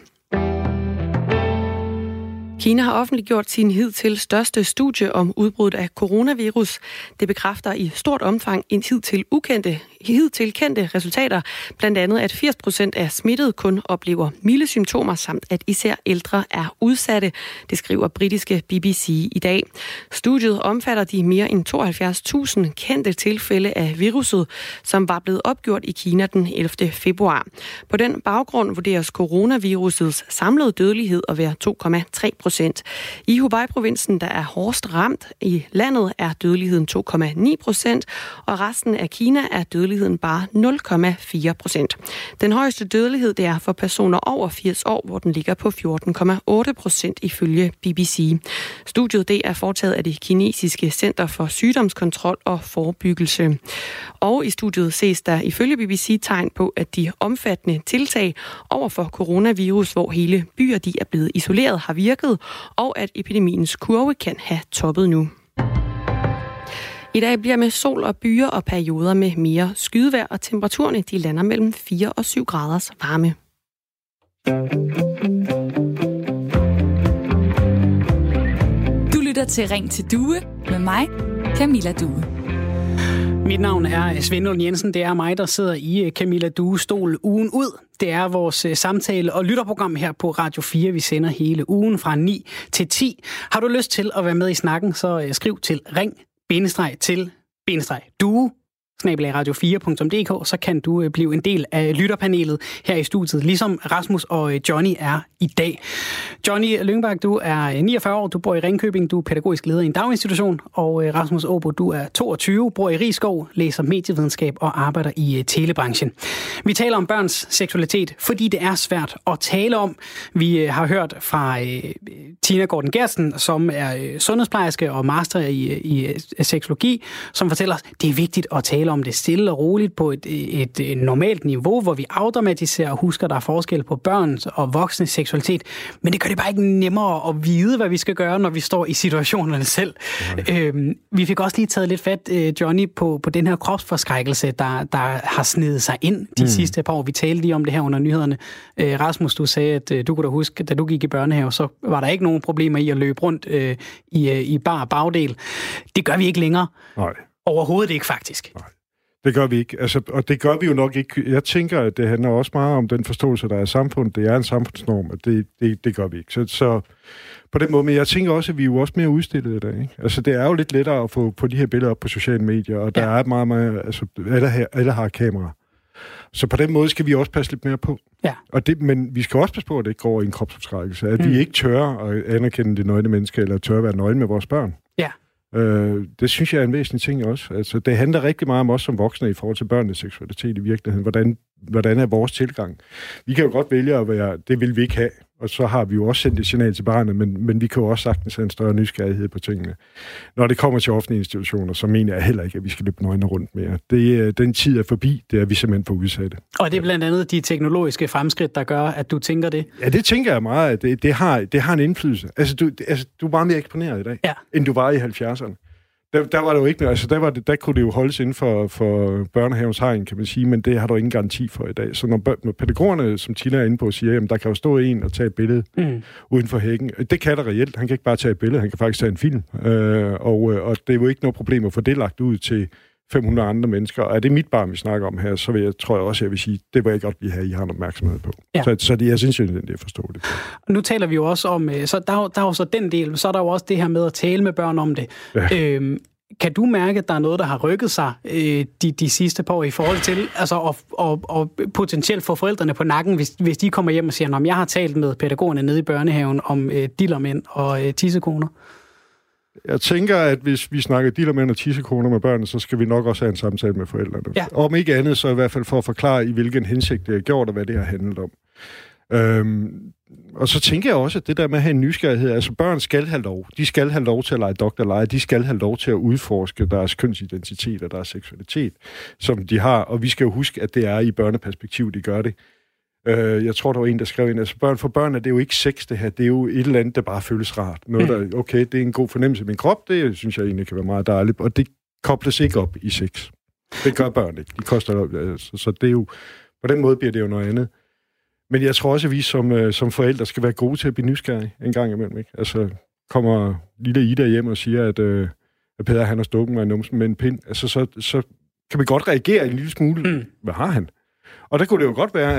Kina har offentliggjort sin hidtil største studie om udbruddet af coronavirus. Det bekræfter i stort omfang en hidtil kendte resultater, blandt andet at 80% af smittede kun oplever milde symptomer, samt at især ældre er udsatte. Det skriver britiske BBC i dag. Studiet omfatter de mere end 72.000 kendte tilfælde af viruset, som var blevet opgjort i Kina den 11. februar. På den baggrund vurderes coronavirusets samlede dødelighed at være 2,3%. I Hubei-provinsen, der er hårdest ramt i landet, er dødeligheden 2,9%, og resten af Kina er dødeligheden bare 0,4%. Den højeste dødelighed det er for personer over 80 år, hvor den ligger på 14,8% ifølge BBC. Studiet det er foretaget af det kinesiske Center for Sygdomskontrol og Forebyggelse. Og i studiet ses der ifølge BBC tegn på, at de omfattende tiltag over for coronavirus, hvor hele byer de er blevet isoleret, har virket, og at epidemiens kurve kan have toppet nu. I dag bliver med sol og byer og perioder med mere skydevejr, og temperaturerne de lander mellem 4 og 7 graders varme. Du lytter til Ring til Due med mig, Camilla Due. Mit navn er Svend Lund Jensen. Det er mig, der sidder i Camilla Dues stol ugen ud. Det er vores samtale- og lytterprogram her på Radio 4. Vi sender hele ugen fra 9 til 10. Har du lyst til at være med i snakken, så skriv til ring-til-due radio4.dk, så kan du blive en del af lytterpanelet her i studiet, ligesom Rasmus og Johnny er i dag. Johnny Lyngbak, du er 49 år, du bor i Ringkøbing, du er pædagogisk leder i en daginstitution, og Rasmus Åbo, du er 22, bor i Rigskov, læser medievidenskab og arbejder i telebranchen. Vi taler om børns seksualitet, fordi det er svært at tale om. Vi har hørt fra Tina Gordon Gertsen, som er sundhedsplejerske og master i seksologi, som fortæller os, at det er vigtigt at tale om det stille og roligt på et normalt niveau, hvor vi afdramatiserer og husker, der er forskel på børns og voksnes seksualitet. Men det gør det bare ikke nemmere at vide, hvad vi skal gøre, når vi står i situationerne selv. Vi fik også lige taget lidt fat, Johnny, på den her kropsforskrækkelse, der har snedet sig ind de sidste par år. Vi talte lige om det her under nyhederne. Rasmus, du sagde, at du kunne da huske, da du gik i børnehave, så var der ikke nogen problemer i at løbe rundt i bar bagdel. Det gør vi ikke længere. Nej. Overhovedet ikke, faktisk. Nej. Det gør vi ikke. Altså, og det gør vi jo nok ikke. Jeg tænker, at det handler også meget om den forståelse, der er i samfundet. Det er en samfundsnorm, og det gør vi ikke. Så på den måde, men jeg tænker også, at vi er jo også mere udstillet i dag. Ikke? Altså, det er jo lidt lettere at få de her billeder op på sociale medier, og der er meget, altså, alle har kamera. Så på den måde skal vi også passe lidt mere på. Ja. Men vi skal også passe på, at det ikke går i en kropsforskrækkelse. At vi ikke tør at anerkende det nøgne menneske, eller tør at være nøgne med vores børn. Ja. Det synes jeg er en væsentlig ting også. Altså, det handler rigtig meget om os som voksne i forhold til børnenes seksualitet i virkeligheden. Hvordan er vores tilgang? Vi kan jo godt vælge at være, det vil vi ikke have, og så har vi jo også sendt et signal til barnet, men vi kan jo også sagtens have en større nysgerrighed på tingene. Når det kommer til offentlige institutioner, så mener jeg heller ikke, at vi skal løbe nøgne rundt mere. Den tid er forbi, det er vi simpelthen for udsatte. Og det er blandt andet de teknologiske fremskridt, der gør, at du tænker det? Ja, det tænker jeg meget, at det har en indflydelse. Altså, du er meget mere eksponeret i dag, end du var i 70'erne. Der var det jo ikke, altså der kunne det jo holdes inden for børnehavens hegn, kan man sige, men det har du ingen garanti for i dag. Så når pædagogerne, som Tina er inde på, siger, jamen der kan jo stå en og tage et billede uden for hækken. Det kan der reelt. Han kan ikke bare tage et billede, han kan faktisk tage en film. Og det er jo ikke noget problem at få det lagt ud til 500 andre mennesker. Og er det mit barn, vi snakker om her, så tror jeg også, jeg vil sige, det vil jeg godt lige have, I har en opmærksomhed på. Ja. Så jeg synes jo, det er forståeligt. Nu taler vi jo også om, så der er jo så den del, så er der jo også det her med at tale med børn om det. Ja. Kan du mærke, at der er noget, der har rykket sig de sidste par år i forhold til altså og potentielt få forældrene på nakken, hvis de kommer hjem og siger, at jeg har talt med pædagogerne nede i børnehaven om dillermænd og tissekoner? Jeg tænker, at hvis vi snakker dillermænd og tissekoner med børnene, så skal vi nok også have en samtale med forældrene. Ja. Om ikke andet, så i hvert fald for at forklare, i hvilken hensigt det er gjort, og hvad det har handlet om. Og så tænker jeg også, at det der med at have en nysgerrighed, altså børn skal have lov. De skal have lov til at lege doktorlege. De skal have lov til at udforske deres kønsidentitet og deres seksualitet, som de har. Og vi skal jo huske, at det er i børneperspektiv, de gør det. Jeg tror, der var en, der skrev ind, altså for børn er det jo ikke sex, det her. Det er jo et eller andet, der bare føles rart. Noget, der, okay, det er en god fornemmelse i min krop. Det synes jeg egentlig kan være meget dejligt. Og det kobles ikke op i sex. Det gør børn ikke. De koster så det er jo, på den måde bliver det jo noget andet. Men jeg tror også, at vi som forældre skal være gode til at blive nysgerrige en gang imellem. Ikke? Altså, kommer lille Ida hjem og siger, at Peder, han har stukket mig i numsen med en pind. Altså, så kan vi godt reagere en lille smule. Hvad har han? Og der kunne det jo godt være,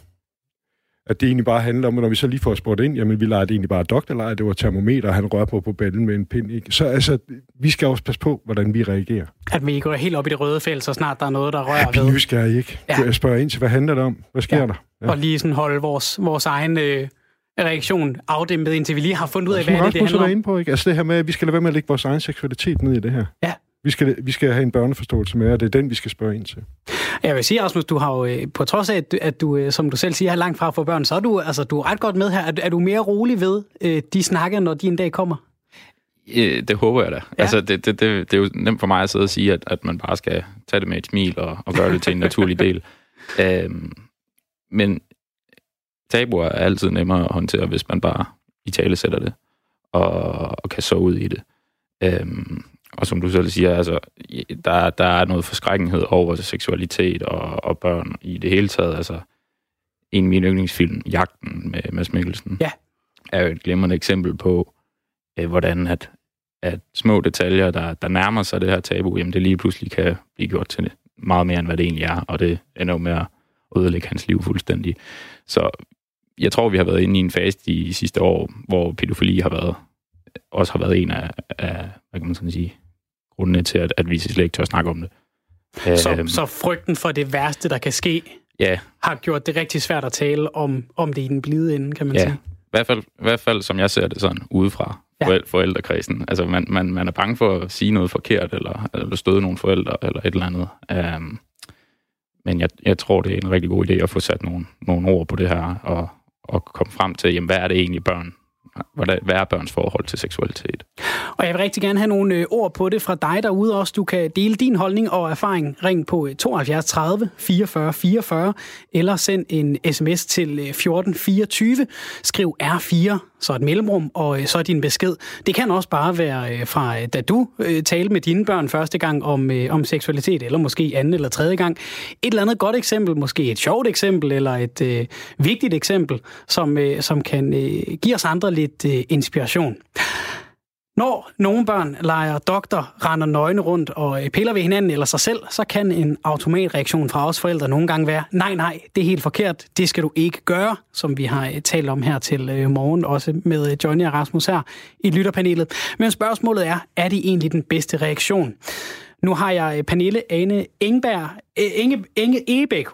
at det egentlig bare handler om, når vi så lige får spurgt ind, jamen vi legede egentlig bare doktorleje, det var termometer, og han rører på ballen med en pind. Ikke? Så altså, vi skal også passe på, hvordan vi reagerer. At vi går helt op i det røde felt, så snart der er noget, der rører ved. Ja, vi nysgerrige, ikke? Ja. Jeg spørger ind til, hvad handler det om? Hvad sker der? Ja. Og lige sådan holde vores egen reaktion afdæmpet, indtil vi lige har fundet ud af, hvad det handler om. På, ikke? Altså det her med, at vi skal lade være med at lægge vores egen seksualitet ned i det her. Ja. Vi skal have en børneforståelse med, og det er den, vi skal spørge ind til. Jeg vil sige, Rasmus, du har jo, på trods af, at du, som du selv siger, er langt fra for børn, så er du er ret godt med her. Er du mere rolig ved de snakker, når de en dag kommer? Det håber jeg da. Ja. Altså, det er jo nemt for mig at sidde og sige, at man bare skal tage det med et smil og gøre det til en naturlig del. Men tabuer er altid nemmere at håndtere, hvis man bare i tale sætter det og kan sove ud i det. Og som du selv siger, altså, der er noget forskrækkenhed over seksualitet og børn i det hele taget. Altså, en af mine yndlingsfilm, Jagten med Mads Mikkelsen, er jo et glimrende eksempel på, hvordan at små detaljer, der nærmer sig det her tabu, jamen det lige pludselig kan blive gjort til meget mere, end hvad det egentlig er, og det ender jo med at ødelægge hans liv fuldstændig. Så jeg tror, vi har været inde i en fase de sidste år, hvor pædofili har været en af hvad kan man sådan sige, grundene til, at vi slet ikke tør snakke om det. Så frygten for det værste, der kan ske, har gjort det rigtig svært at tale om det i den blide ende, kan man sige. I hvert fald, som jeg ser det sådan, udefra forældrekredsen. Altså, man er bange for at sige noget forkert, eller støde nogle forældre, eller et eller andet. Men jeg tror, det er en rigtig god idé at få sat nogle ord på det her, og komme frem til, jamen, hvad er det egentlig børn? Hvad er børns forhold til seksualitet? Og jeg vil rigtig gerne have nogle ord på det fra dig derude også. Du kan dele din holdning og erfaring. Ring på 72 30 44 44, eller send en sms til 1424. Skriv R4, så et mellemrum, og så din besked. Det kan også bare være fra, da du talte med dine børn første gang om seksualitet, eller måske anden eller tredje gang. Et eller andet godt eksempel, måske et sjovt eksempel, eller et vigtigt eksempel, som kan give os andre lidt inspiration. Når nogle børn leger doktor, render nøgne rundt og piller ved hinanden eller sig selv, så kan en automatreaktion fra os forældre nogle gange være, nej, det er helt forkert, det skal du ikke gøre, som vi har talt om her til morgen, også med Johnny og Rasmus her i lytterpanelet. Men spørgsmålet er det egentlig den bedste reaktion? Nu har jeg Pernille Ane Egebæk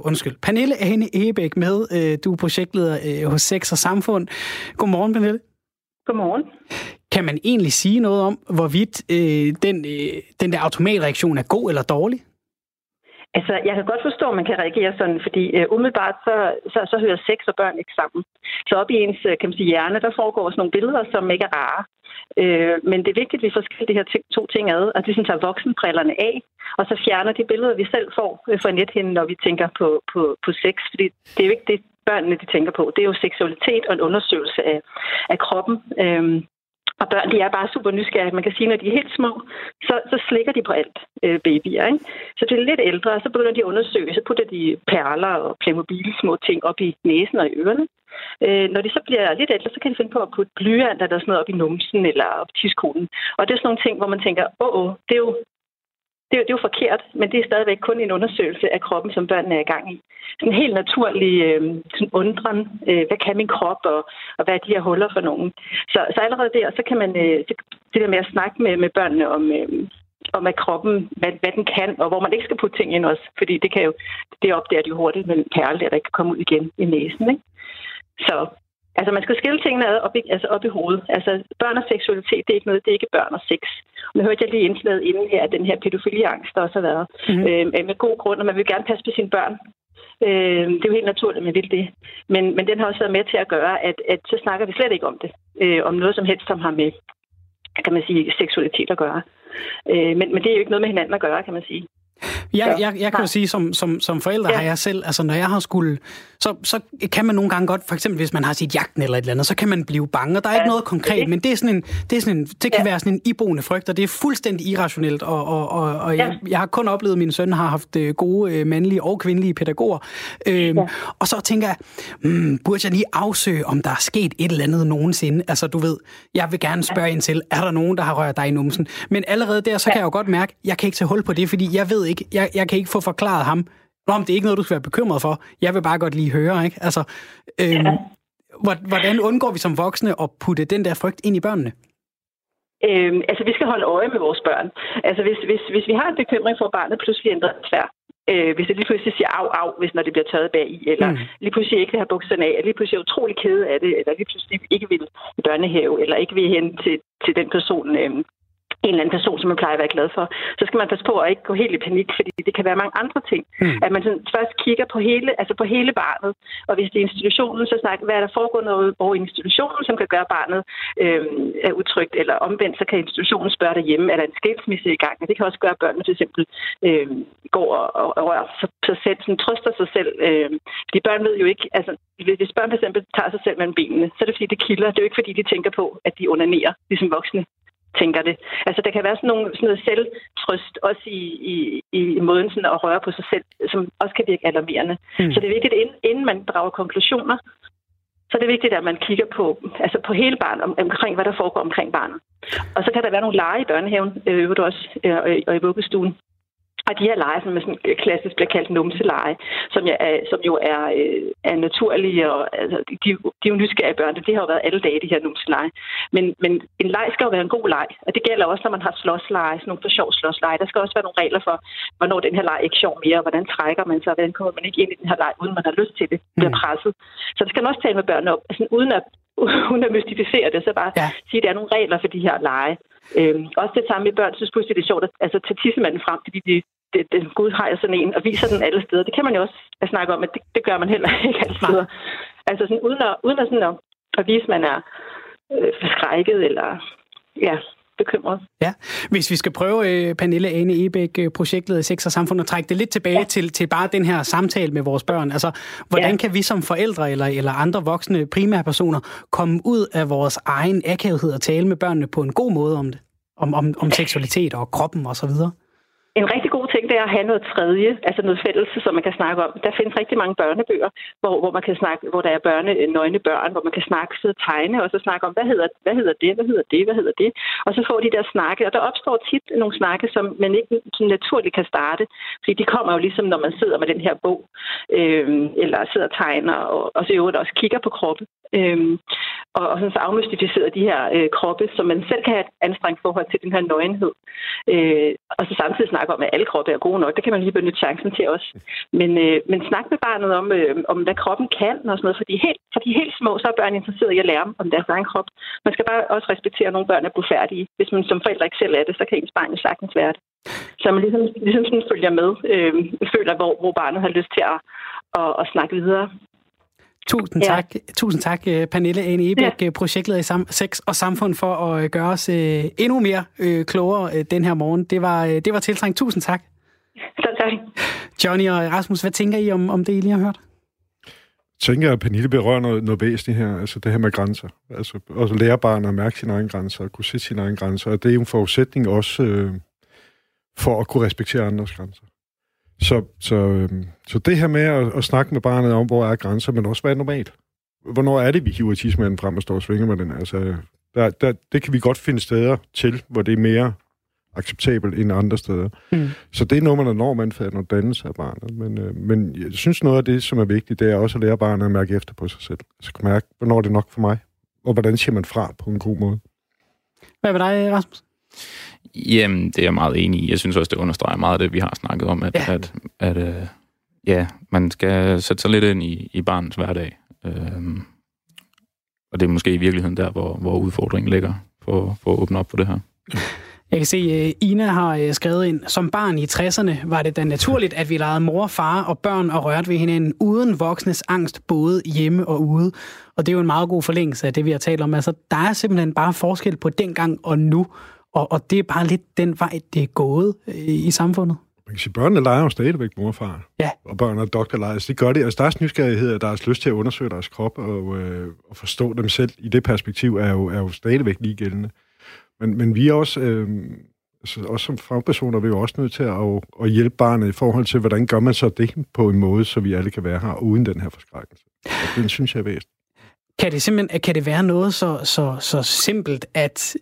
med. Du er projektleder hos Sex og Samfund. Godmorgen, Pernille. Godmorgen. Kan man egentlig sige noget om, hvorvidt den der automatreaktion er god eller dårlig? Altså, jeg kan godt forstå, at man kan reagere sådan, fordi umiddelbart så hører sex og børn ikke sammen. Så op i ens, kan man sige, hjerne, der foregår sådan nogle billeder, som ikke er rare. Men det er vigtigt, at vi får skilt de her to ting ad, og ligesom tager voksenbrillerne af, og så fjerner de billeder, vi selv får fra nethinden, når vi tænker på sex. Fordi det er jo ikke det, børnene de tænker på. Det er jo seksualitet og en undersøgelse af kroppen. Og børn, de er bare super nysgerrige. Man kan sige, når de er helt små, så slikker de på alt, babyer, ikke? Så det er lidt ældre, så begynder de at undersøge, så putter de perler og Playmobil små ting op i næsen og i ørerne. Når de så bliver lidt ældre, så kan de finde på at putte blyanter der sådan noget op i numsen eller op i tidskolen. Og det er sådan nogle ting, hvor man tænker, det er jo forkert, men det er stadigvæk kun en undersøgelse af kroppen, som børnene er i gang i. Sådan en helt naturlig undren, hvad kan min krop, og hvad er de her huller for nogen. Så allerede der, så kan man det der med at snakke med børnene om at kroppen, hvad den kan, og hvor man ikke skal putte ting ind også, fordi det opdager de jo hurtigt med en perle, der ikke kan komme ud igen i næsen, ikke? Så altså, man skal skille tingene ad op i hovedet. Altså, børn og seksualitet, det er ikke noget, det er ikke børn og sex. Nu hørte jeg lige indslaget inden her, at den her pædofiliangst, der også har været. Med god grund, og man vil gerne passe på sine børn. Det er jo helt naturligt, at man vil det. Men den har også været med til at gøre, at så snakker vi slet ikke om det. Om noget som helst, som har med, kan man sige, seksualitet at gøre. Men det er jo ikke noget med hinanden at gøre, kan man sige. Jeg kan jo sige, som forældre har jeg selv, altså når jeg har skulle, så kan man nogle gange godt, for eksempel hvis man har sit jagten eller et eller andet, så kan man blive bange, og der er ikke noget konkret, men det kan være sådan en iboende frygt, og det er fuldstændig irrationelt, og jeg har kun oplevet, at min søn har haft gode mandlige og kvindelige pædagoger, og så tænker jeg, burde jeg lige afsøge, om der er sket et eller andet nogensinde, altså du ved, jeg vil gerne spørge ind til, er der nogen, der har rørt dig i numsen, men allerede der, så kan jeg jo godt mærke, jeg kan ikke tage hul på det, fordi jeg ved ikke, jeg kan ikke få forklaret ham, om det er ikke noget, du skal være bekymret for. Jeg vil bare godt lige høre, ikke? Altså, hvordan undgår vi som voksne at putte den der frygt ind i børnene? Altså, vi skal holde øje med vores børn. Altså, hvis vi har en bekymring for, at barnet pludselig ændrer adfærd, hvis det lige pludselig siger au, hvis når det bliver tørret bag i, eller lige pludselig ikke vil have bukserne af, eller lige pludselig er utrolig kede af det, eller lige pludselig ikke vil i børnehave, eller ikke vil hen til den person, en eller anden person, som man plejer at være glad for, så skal man passe på at ikke gå helt i panik, fordi det kan være mange andre ting. At man sådan først kigger på hele barnet, og hvis det er institutionen, så snakker hvad er der foregår noget over institutionen, som kan gøre barnet er utrygt, eller omvendt, så kan institutionen spørge derhjemme, er der en skilsmisse i gang? Og det kan også gøre, at børnene for eksempel går og rører sig selv, sådan trøster sig selv. Fordi børn ved jo ikke, altså hvis børn for eksempel tager sig selv mellem benene, så er det fordi, det kilder. Det er jo ikke fordi, de tænker på, at de onanerer, ligesom voksne tænker det. Altså, der kan være sådan noget selvtrøst også i måden sådan at røre på sig selv, som også kan virke alarmerende. Så det er vigtigt, inden man drager konklusioner, så er det vigtigt, at man kigger på hele barnet, omkring hvad der foregår omkring barnet. Og så kan der være nogle lege i børnehaven, også, og i vuggestuen, Og de her lege, som klassisk bliver kaldt numseleje, som jo er naturlige, og altså, de er jo nysgerrige børn. Det har jo været alle dage, de her numseleje. Men en leg skal jo være en god leg, og det gælder også, når man har slåsleje, sådan nogle for sjov slåsleje. Der skal også være nogle regler for, hvornår den her leg ikke er sjov mere, og hvordan trækker man sig, og hvordan kommer man ikke ind i den her leg, uden man har lyst til det, bliver presset. Så det skal man også tale med børnene op, altså, uden at mystificere det, så bare sige, at der er nogle regler for de her lege. Også det samme med børn, synes pludselig, det er sjovt at tage tissemanden frem, fordi Gud har jo sådan en, og viser den alle steder. Det kan man jo også snakke om, at det gør man heller ikke alle steder. Altså sådan, uden at vise, at man er forskrækket eller bekymret. Ja, hvis vi skal prøve, Pernille Ane Ebæk, projektet i Sex og Samfund, at trække det lidt tilbage til bare den her samtale med vores børn. Altså, hvordan kan vi som forældre eller andre voksne primærpersoner komme ud af vores egen akavethed og tale med børnene på en god måde om det? Om seksualitet og kroppen og så videre? En rigtig god ting, det er at have noget tredje, altså noget fælles, som man kan snakke om. Der findes rigtig mange børnebøger, hvor man kan snakke, hvor der er nøgne børn, hvor man kan snakke, sidde og tegne, og så snakke om, hvad hedder det, og så får de der snakke, og der opstår tit nogle snakke, som man ikke naturligt kan starte, fordi de kommer jo ligesom, når man sidder med den her bog, eller sidder og tegner, og så jo også kigger på kroppen. Og sådan så afmystificeret de her kroppe, som man selv kan have et anstrengt forhold til den her nøgenhed. Og så samtidig snakke om, at alle kroppe er gode nok. Det kan man lige benytte chancen til også. Men snak med barnet om hvad kroppen kan og sådan noget. For de helt små, så er børn interesseret i at lære om deres egen krop. Man skal bare også respektere, at nogle børn er blufærdige. Hvis man som forældre ikke selv er det, så kan ens barn jo sagtens være det. Så man ligesom sådan følger med, føler, hvor barnet har lyst til at snakke videre. Tusind tak, Pernille Ane Ebæk, projektleder i Sex og Samfund, for at gøre os endnu mere klogere den her morgen. Det var tiltrængt. Tusind tak. Tak. Johnny og Rasmus, hvad tænker I om det, I lige har hørt? Jeg tænker, at Pernille berører noget væsentligt her, altså det her med grænser. Altså også lære barnet at mærke sine egne grænser, og kunne sætte sine egne grænser, og det er jo en forudsætning også for at kunne respektere andres grænser. Så det her med at snakke med barnet om, hvor er grænser, men også hvad er normalt. Hvornår er det, vi hiver tidsmanden frem og står og svinger med den? Altså, det kan vi godt finde steder til, hvor det er mere acceptabelt end andre steder. Så det er noget, man er normandfattende og dannelse af barnet. Men jeg synes, noget af det, som er vigtigt, det er også at lære barnet at mærke efter på sig selv. Så kan mærke, hvornår det er nok for mig, og hvordan siger man fra på en god måde. Hvad med dig, Rasmus? Jamen, det er jeg meget enig i. Jeg synes også, det understreger meget af det, vi har snakket om, at man skal sætte sig lidt ind i barnets hverdag. Og det er måske i virkeligheden der, hvor udfordringen ligger for at åbne op for det her. Jeg kan se, Ina har skrevet ind, som barn i 60'erne var det da naturligt, at vi legede mor, far og børn og rørte ved hinanden uden voksnes angst, både hjemme og ude. Og det er jo en meget god forlængelse af det, vi har talt om. Altså, der er simpelthen bare forskel på dengang og nu. Og det er bare lidt den vej, det er gået i samfundet. Man kan sige, børnene leger jo stadigvæk mor og far. Ja. Og børn og doktorleger. Så det gør det. Altså, deres nysgerrighed og deres lyst til at undersøge deres krop og forstå dem selv i det perspektiv er jo stadigvæk lige gældende. Men vi er også som fagpersoner, vi er jo også nødt til at hjælpe barnet i forhold til, hvordan gør man så det på en måde, så vi alle kan være her uden den her forskrækkelse. Og den synes jeg er væsentligt. Kan det være noget så simpelt, at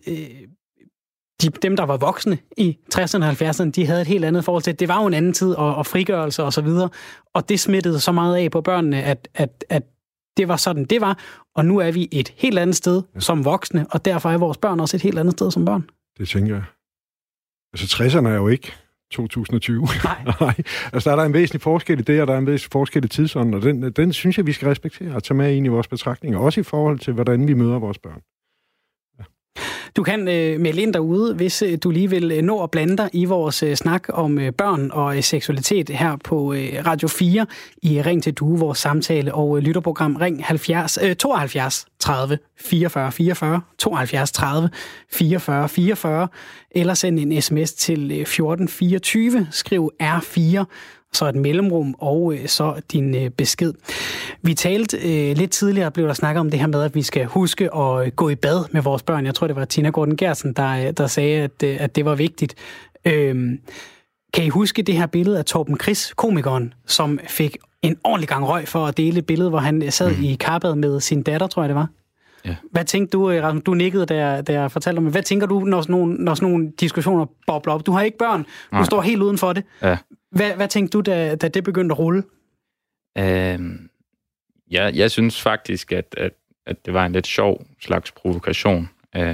dem, der var voksne i 60'erne og 70'erne, de havde et helt andet forhold til. Det var jo en anden tid og frigørelse og så videre, og det smittede så meget af på børnene, at det var sådan, det var, og nu er vi et helt andet sted som voksne, og derfor er vores børn også et helt andet sted som børn. Det tænker jeg. Altså 60'erne er jo ikke 2020. Nej. Altså der er en væsentlig forskel i det, og der er en væsentlig forskel i tidsånden, og den synes jeg, vi skal respektere og tage med ind i vores betragtninger, også i forhold til, hvordan vi møder vores børn. Du kan melde ind derude, hvis du lige vil nå at blande dig i vores snak om børn og seksualitet her på Radio 4 i Ring til Due, vores samtale- og lytterprogram. Ring 72 30 44 44, 72 30 44 44, eller send en sms til 1424, skriv R4, så et mellemrum, og så din besked. Vi talte lidt tidligere, blev der snakket om det her med, at vi skal huske at gå i bad med vores børn. Jeg tror, det var Tina Gordon Gersen, der sagde, at det var vigtigt. Kan I huske det her billede af Torben Chris, komikeren, som fik en ordentlig gang røg for at dele et billede, hvor han sad i karbad med sin datter, tror jeg det var? Ja. Hvad tænkte du, Rasmus? Du nikkede, da jeg fortalte om det. Hvad tænker du, når sådan nogle diskussioner bobler op? Du har ikke børn. Du står helt uden for det. Ja. Hvad tænkte du, da det begyndte at rulle? Jeg synes faktisk, at det var en lidt sjov slags provokation.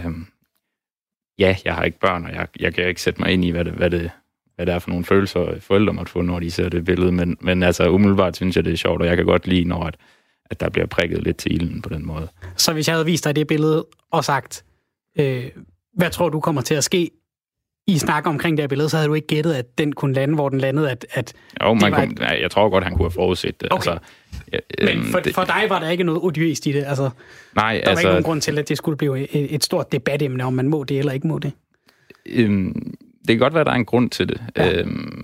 Jeg har ikke børn, og jeg kan ikke sætte mig ind i, hvad det er for nogle følelser, forældre måtte få, når de ser det billede. Men altså, umiddelbart synes jeg, det er sjovt, og jeg kan godt lide, når at der bliver prikket lidt til ilden på den måde. Så hvis jeg havde vist dig det billede og sagt, hvad tror du kommer til at ske i snak omkring det her billede, så havde du ikke gættet, at den kunne lande, hvor den landede, jeg tror godt, han kunne have forudset det. Okay. Men for dig var der ikke noget odiøst i det? Altså, nej, der var ikke nogen grund til, at det skulle blive et stort debatemne, om man må det eller ikke må det? Det kan godt være, at der er en grund til det. Ja.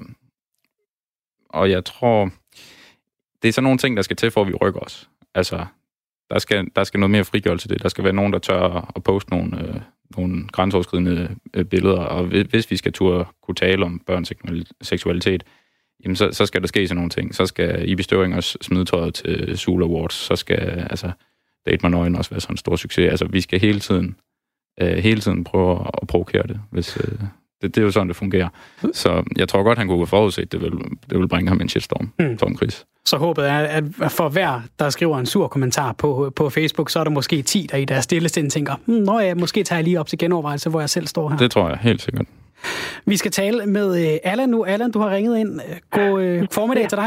Og jeg tror, det er sådan nogle ting, der skal til, for at vi rykker os. Altså, der skal noget mere frigørelse til det. Der skal være nogen, der tør at poste nogle grænseoverskridende billeder, og hvis vi skal kunne tale om børns seksualitet, jamen så skal der ske sådan nogle ting. Så skal Ibi Støvringers smide tøjet til Zulu Awards, så skal Date mig nøgen også være sådan en stor succes. Altså, vi skal hele tiden prøve at provokere det, hvis... Det er jo sådan, det fungerer. Så jeg tror godt, han kunne have forudset, det vil bringe ham en shitstorm, Tom Chris. Så håbet er, at for hver, der skriver en sur kommentar på Facebook, så er der måske 10, der i deres stillestind tænker, måske tager jeg lige op til genovervejelse, hvor jeg selv står her. Det tror jeg, helt sikkert. Vi skal tale med Allan nu. Allan, du har ringet ind. God formiddag til dig.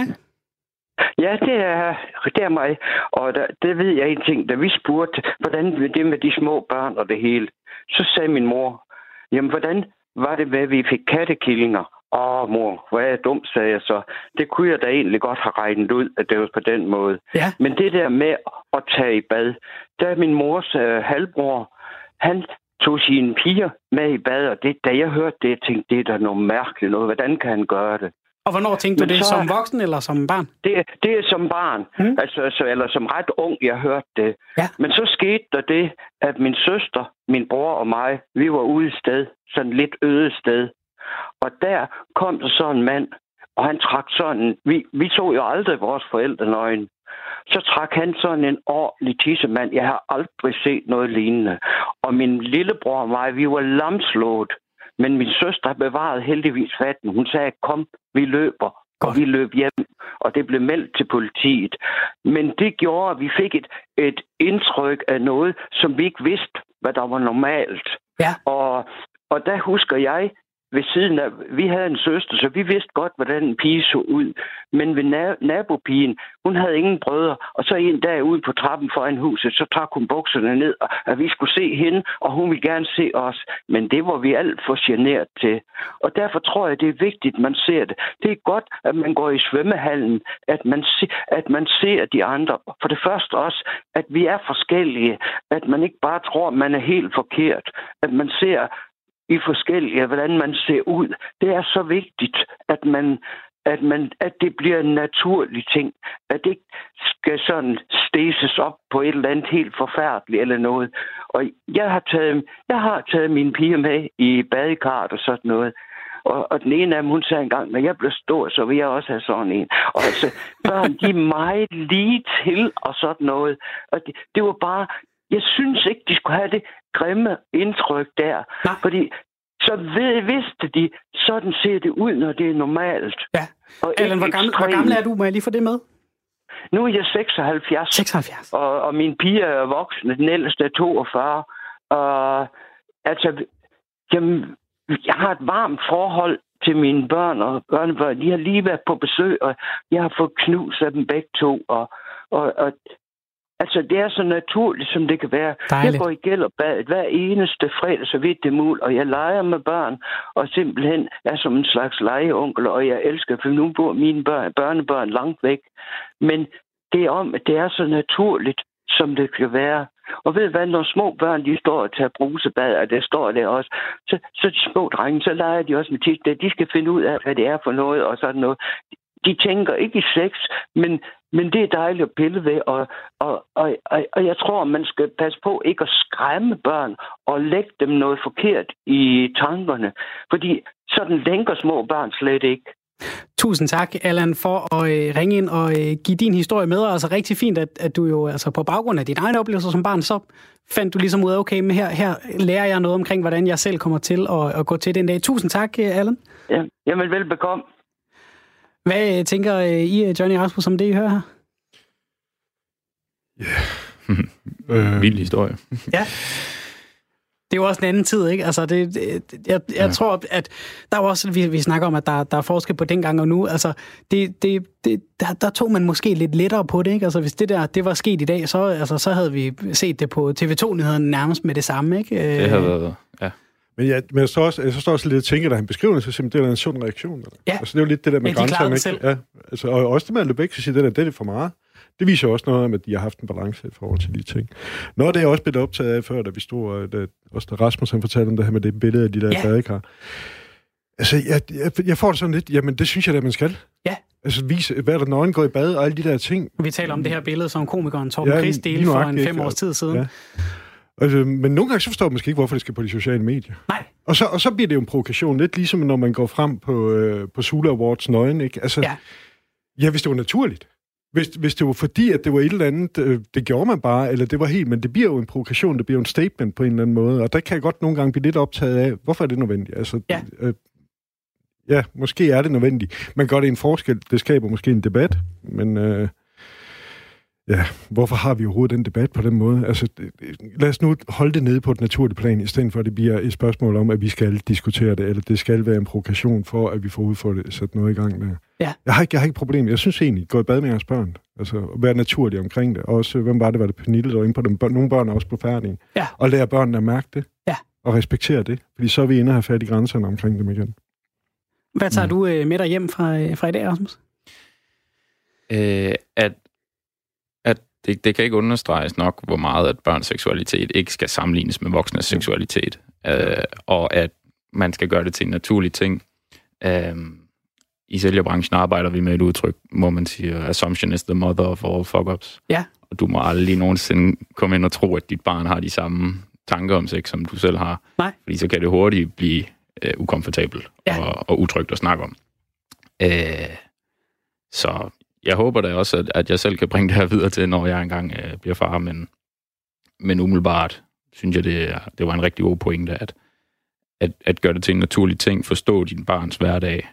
Ja, det er mig. Og det ved jeg en ting. Da vi spurgte, hvordan det med de små børn og det hele, så sagde min mor, jamen hvordan var det med, at vi fik kattekillinger? Mor, hvor er jeg dum, sagde jeg så. Det kunne jeg da egentlig godt have regnet ud, at det var på den måde. Ja. Men det der med at tage i bad, der er min mors halvbror, han tog sine piger med i bad, og da jeg hørte det, jeg tænkte, det er da noget mærkeligt noget. Hvordan kan han gøre det? Og hvornår tænkte du det? Som voksen eller som barn? Det er som barn. Eller som ret ung, jeg hørte det. Ja. Men så skete der det, at min søster, min bror og mig, vi var ude et sted, sådan lidt øde sted. Og der kom der sådan en mand, og han trak sådan... Vi så jo aldrig vores forældre nøgen. Så trak han sådan en ordentlig tissemand. Jeg har aldrig set noget lignende. Og min lillebror og mig, vi var lamslået. Men min søster bevarede heldigvis fatten. Hun sagde, kom, vi løber. Og vi løb hjem, og det blev meldt til politiet. Men det gjorde, at vi fik et indtryk af noget, som vi ikke vidste, hvad der var normalt. Ja. Og der husker jeg, ved siden af, vi havde en søster, så vi vidste godt, hvordan en pige så ud. Men ved nabopigen, hun havde ingen brødre, og så en dag ude på trappen foran huset, så trak hun bukserne ned, at vi skulle se hende, og hun ville gerne se os. Men det var vi alt for generet til. Og derfor tror jeg, det er vigtigt, at man ser det. Det er godt, at man går i svømmehallen, at man ser de andre. For det første også, at vi er forskellige. At man ikke bare tror, at man er helt forkert. At man ser i forskellige, hvordan man ser ud. Det er så vigtigt, at det bliver en naturlig ting. At det ikke skal sådan stæses op på et eller andet helt forfærdeligt eller noget. Og jeg har taget mine piger med i badekart og sådan noget. Og den ene af dem, hun sagde engang, når jeg bliver stor, så vil jeg også have sådan en. Og altså, børn, de er meget lige til og sådan noget. Og det var bare... Jeg synes ikke, de skulle have det grimme indtryk der. Nej. Fordi så vidste de, sådan ser det ud, når det er normalt. Ja. Allan, hvor gammel er du? Må jeg lige få det med? Nu er jeg 76. 76. Og mine piger er voksne. Den ældste er 42. Jeg har et varmt forhold til mine børn og børnebørn. De har lige været på besøg, og jeg har fået knus af dem begge to. Altså, det er så naturligt, som det kan være. Dejligt. Jeg går i Gellerbadet hver eneste fredag, så vidt det er muligt, og jeg leger med børn, og simpelthen er som en slags legeonkel, og jeg elsker, for nu bor mine børnebørn langt væk. Men det er om, at det er så naturligt, som det kan være. Og ved hvad, når små børn, de står og tager brusebad, og det står der også, så de små drenge, så leger de også med tit, de skal finde ud af, hvad det er for noget, og sådan noget. De tænker ikke i sex, men det er dejligt at pille ved, og jeg tror, man skal passe på ikke at skræmme børn og lægge dem noget forkert i tankerne, fordi sådan lænker små børn slet ikke. Tusind tak, Allan, for at ringe ind og give din historie med. Altså rigtig fint, at du jo altså på baggrund af dine egne oplevelser som barn, så fandt du ligesom ud af, okay, men her lærer jeg noget omkring, hvordan jeg selv kommer til at gå til den dag. Tusind tak, Allan. Ja, jamen velbekomme. Hvad tænker I, Johnny Rasmus, om det, I hører her? Yeah. Vild historie. Ja. Det er jo også en anden tid, ikke? Altså, jeg tror, at der er også, vi snakker om, at der er forskel på dengang og nu. Altså, der tog man måske lidt lettere på det, ikke? Altså, hvis det var sket i dag, så havde vi set det på TV2-nyhederne nærmest med det samme, ikke? Det havde været, ja. Men jeg står også lidt og tænker, da han beskriver det, så simpelthen, det er en sund reaktion. Eller? Ja. Altså, det er jo lidt det der med grænserne, ikke? Ja. Altså, og også det med at løbe væk, så siger det er for meget. Det viser også noget om, at de har haft en balance i forhold til de ting. Noget af det er også blevet optaget af før, da vi stod, også da Rasmus han fortalte om det her med det billede af de der badekar. Altså, jeg får det sådan lidt, jamen det synes jeg da, man skal. Ja. Altså vise, hvad er der nøgen går i bad og alle de der ting. Vi taler om det her billede, som komikeren Torben Chris delte for 5 års tid siden. Ja. Altså, men nogle gange så forstår man måske ikke, hvorfor det skal på de sociale medier. Nej. Og så bliver det jo en provokation, lidt ligesom når man går frem på Sula Awards nøgen, ikke? Altså, ja, hvis det var naturligt. Hvis det var fordi, at det var et eller andet, det gjorde man bare, eller det var helt, men det bliver jo en provokation, det bliver jo en statement på en eller anden måde, og der kan jeg godt nogle gange blive lidt optaget af, hvorfor er det nødvendigt? Altså, ja, måske er det nødvendigt. Man gør det en forskel, det skaber måske en debat, men hvorfor har vi overhovedet den debat på den måde? Altså, lad os nu holde det nede på et naturligt plan, i stedet for at det bliver et spørgsmål om, at vi skal diskutere det, eller det skal være en provokation for, at vi får udfordret sat noget i gang med. Ja. Jeg har ikke problem. Jeg synes egentlig, gå i bad med jeres børn. Altså, være naturlig omkring det. Også, hvem var det Pernille, der var inde på dem? Nogle børn er også på færdige. Ja. Og lære børnene at mærke det. Ja. Og respektere det. Fordi så er vi inde og have fat i grænserne omkring dem igen. Hvad tager du med dig hjem fra i dag, Rasmus? Det kan ikke understreges nok, hvor meget at børns seksualitet ikke skal sammenlignes med voksnes seksualitet. Og at man skal gøre det til en naturlig ting. I sælgerbranchen arbejder vi med et udtryk, hvor man siger, assumption is the mother of all fuck-ups. Ja. Og du må aldrig nogensinde komme ind og tro, at dit barn har de samme tanker om sex, som du selv har. Nej. Fordi så kan det hurtigt blive ukomfortabelt og utrygt at snakke om. Så jeg håber da også, at jeg selv kan bringe det her videre til, når jeg engang bliver far, men umiddelbart synes jeg, det var en rigtig god pointe, at gøre det til en naturlig ting, forstå din barns hverdag,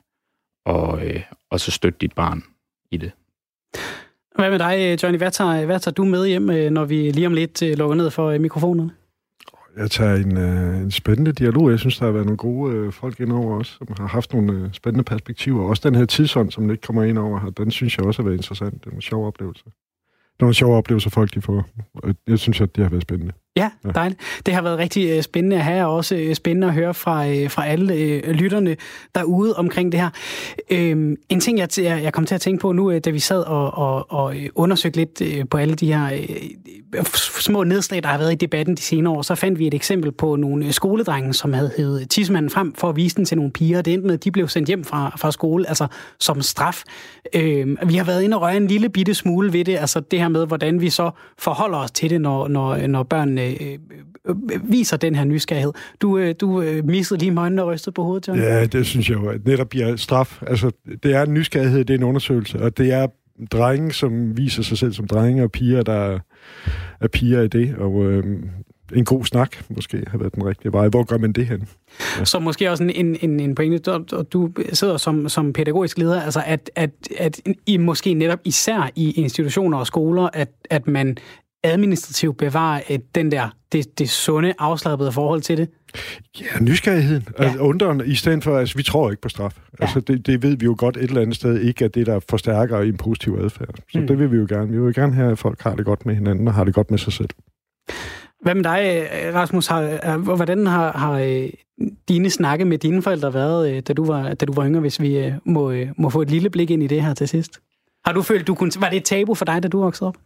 og så støtte dit barn i det. Hvad med dig, Johnny? Hvad tager du med hjem, når vi lige om lidt lukker ned for mikrofonerne? Jeg tager en spændende dialog. Jeg synes, der har været nogle gode folk indover også, som har haft nogle spændende perspektiver. Også den her tidsånd, som lidt kommer ind over her, den synes jeg også har været interessant. Det er en sjov oplevelse. Det er nogle sjove oplevelser, folk de får. Jeg synes, at det har været spændende. Ja, dejligt. Det har været rigtig spændende at have, og også spændende at høre fra alle lytterne derude omkring det her. En ting, jeg kom til at tænke på nu, da vi sad og undersøgte lidt på alle de her små nedslag, der har været i debatten de senere år, så fandt vi et eksempel på nogle skoledrenge, som havde hævet tidsmanden frem for at vise den til nogle piger. Det endte med, at de blev sendt hjem fra skole, altså som straf. Vi har været inde og røre en lille bitte smule ved det, altså det her med, hvordan vi så forholder os til det, når børnene viser den her nysgerrighed. Du missede lige med øjnene og rystede på hovedet, John. Ja, det synes jeg jo, at netop bliver straf. Altså, det er en nysgerrighed, det er en undersøgelse, og det er drenge, som viser sig selv som drenge, og piger, der er piger i det, og en god snak måske har været den rigtige vej. Hvor gør man det hen? Ja. Så måske også en pointe, og du sidder som pædagogisk leder, altså at I måske netop især i institutioner og skoler, at man administrativt bevarer det sunde, afslappede forhold til det? Ja, nysgerrigheden. Ja. Altså, undren, i stedet for, altså, vi tror ikke på straf. Ja. Altså, det ved vi jo godt et eller andet sted ikke, at det der forstærker en positiv adfærd. Så det vil vi jo gerne. Vi vil jo gerne have, at folk har det godt med hinanden og har det godt med sig selv. Hvad med dig, Rasmus? Hvordan har dine snakke med dine forældre været, da du var yngre, hvis vi må få et lille blik ind i det her til sidst? Har du følt, var det et tabu for dig, da du voksede op?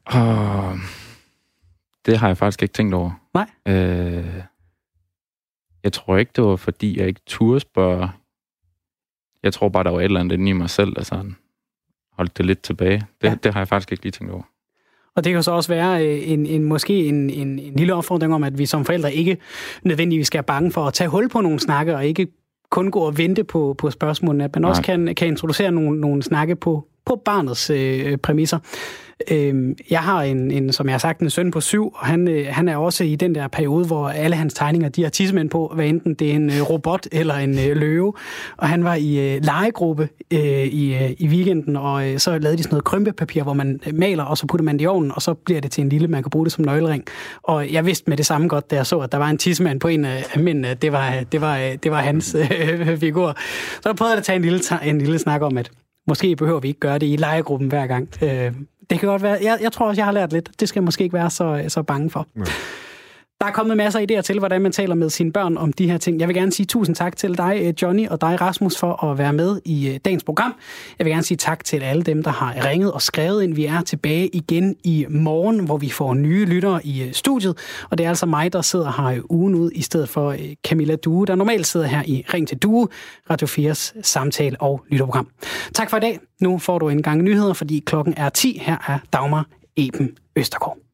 Det har jeg faktisk ikke tænkt over. Nej? Jeg tror ikke, det var, fordi jeg ikke turde spørge. Jeg tror bare, der var et eller andet inde i mig selv, der sådan holdt det lidt tilbage. Det har jeg faktisk ikke lige tænkt over. Og det kan så også være måske en lille opfordring om, at vi som forældre ikke nødvendigvis skal være bange for at tage hul på nogle snakke, og ikke kun gå og vente på spørgsmålene, at man også kan introducere nogle snakke på barnets præmisser. Jeg har som jeg har sagt, en søn på 7, og han er også i den der periode, hvor alle hans tegninger, de har tissemænd på, hvad enten det er en robot eller en løve. Og han var i legegruppe i weekenden, og så lavede de sådan noget krympepapir, hvor man maler, og så putter man det i ovnen, og så bliver det til en lille, man kan bruge det som nøglering. Og jeg vidste med det samme godt, da jeg så, at der var en tissemand på en af mændene, det var hans figur. Så jeg prøvede at tage en lille snak om, at måske behøver vi ikke gøre det i legegruppen hver gang. Det kan godt være. Jeg tror også, jeg har lært lidt. Det skal jeg måske ikke være så bange for. Nej. Der er kommet masser af idéer til, hvordan man taler med sine børn om de her ting. Jeg vil gerne sige tusind tak til dig, Johnny, og dig, Rasmus, for at være med i dagens program. Jeg vil gerne sige tak til alle dem, der har ringet og skrevet ind. Vi er tilbage igen i morgen, hvor vi får nye lyttere i studiet. Og det er altså mig, der sidder her ugen ud, i stedet for Camilla Due, der normalt sidder her i Ring til Due, Radio 4's samtale- og lytterprogram. Tak for i dag. Nu får du en gang nyheder, fordi klokken er 10. Her er Dagmar Eben Østergaard.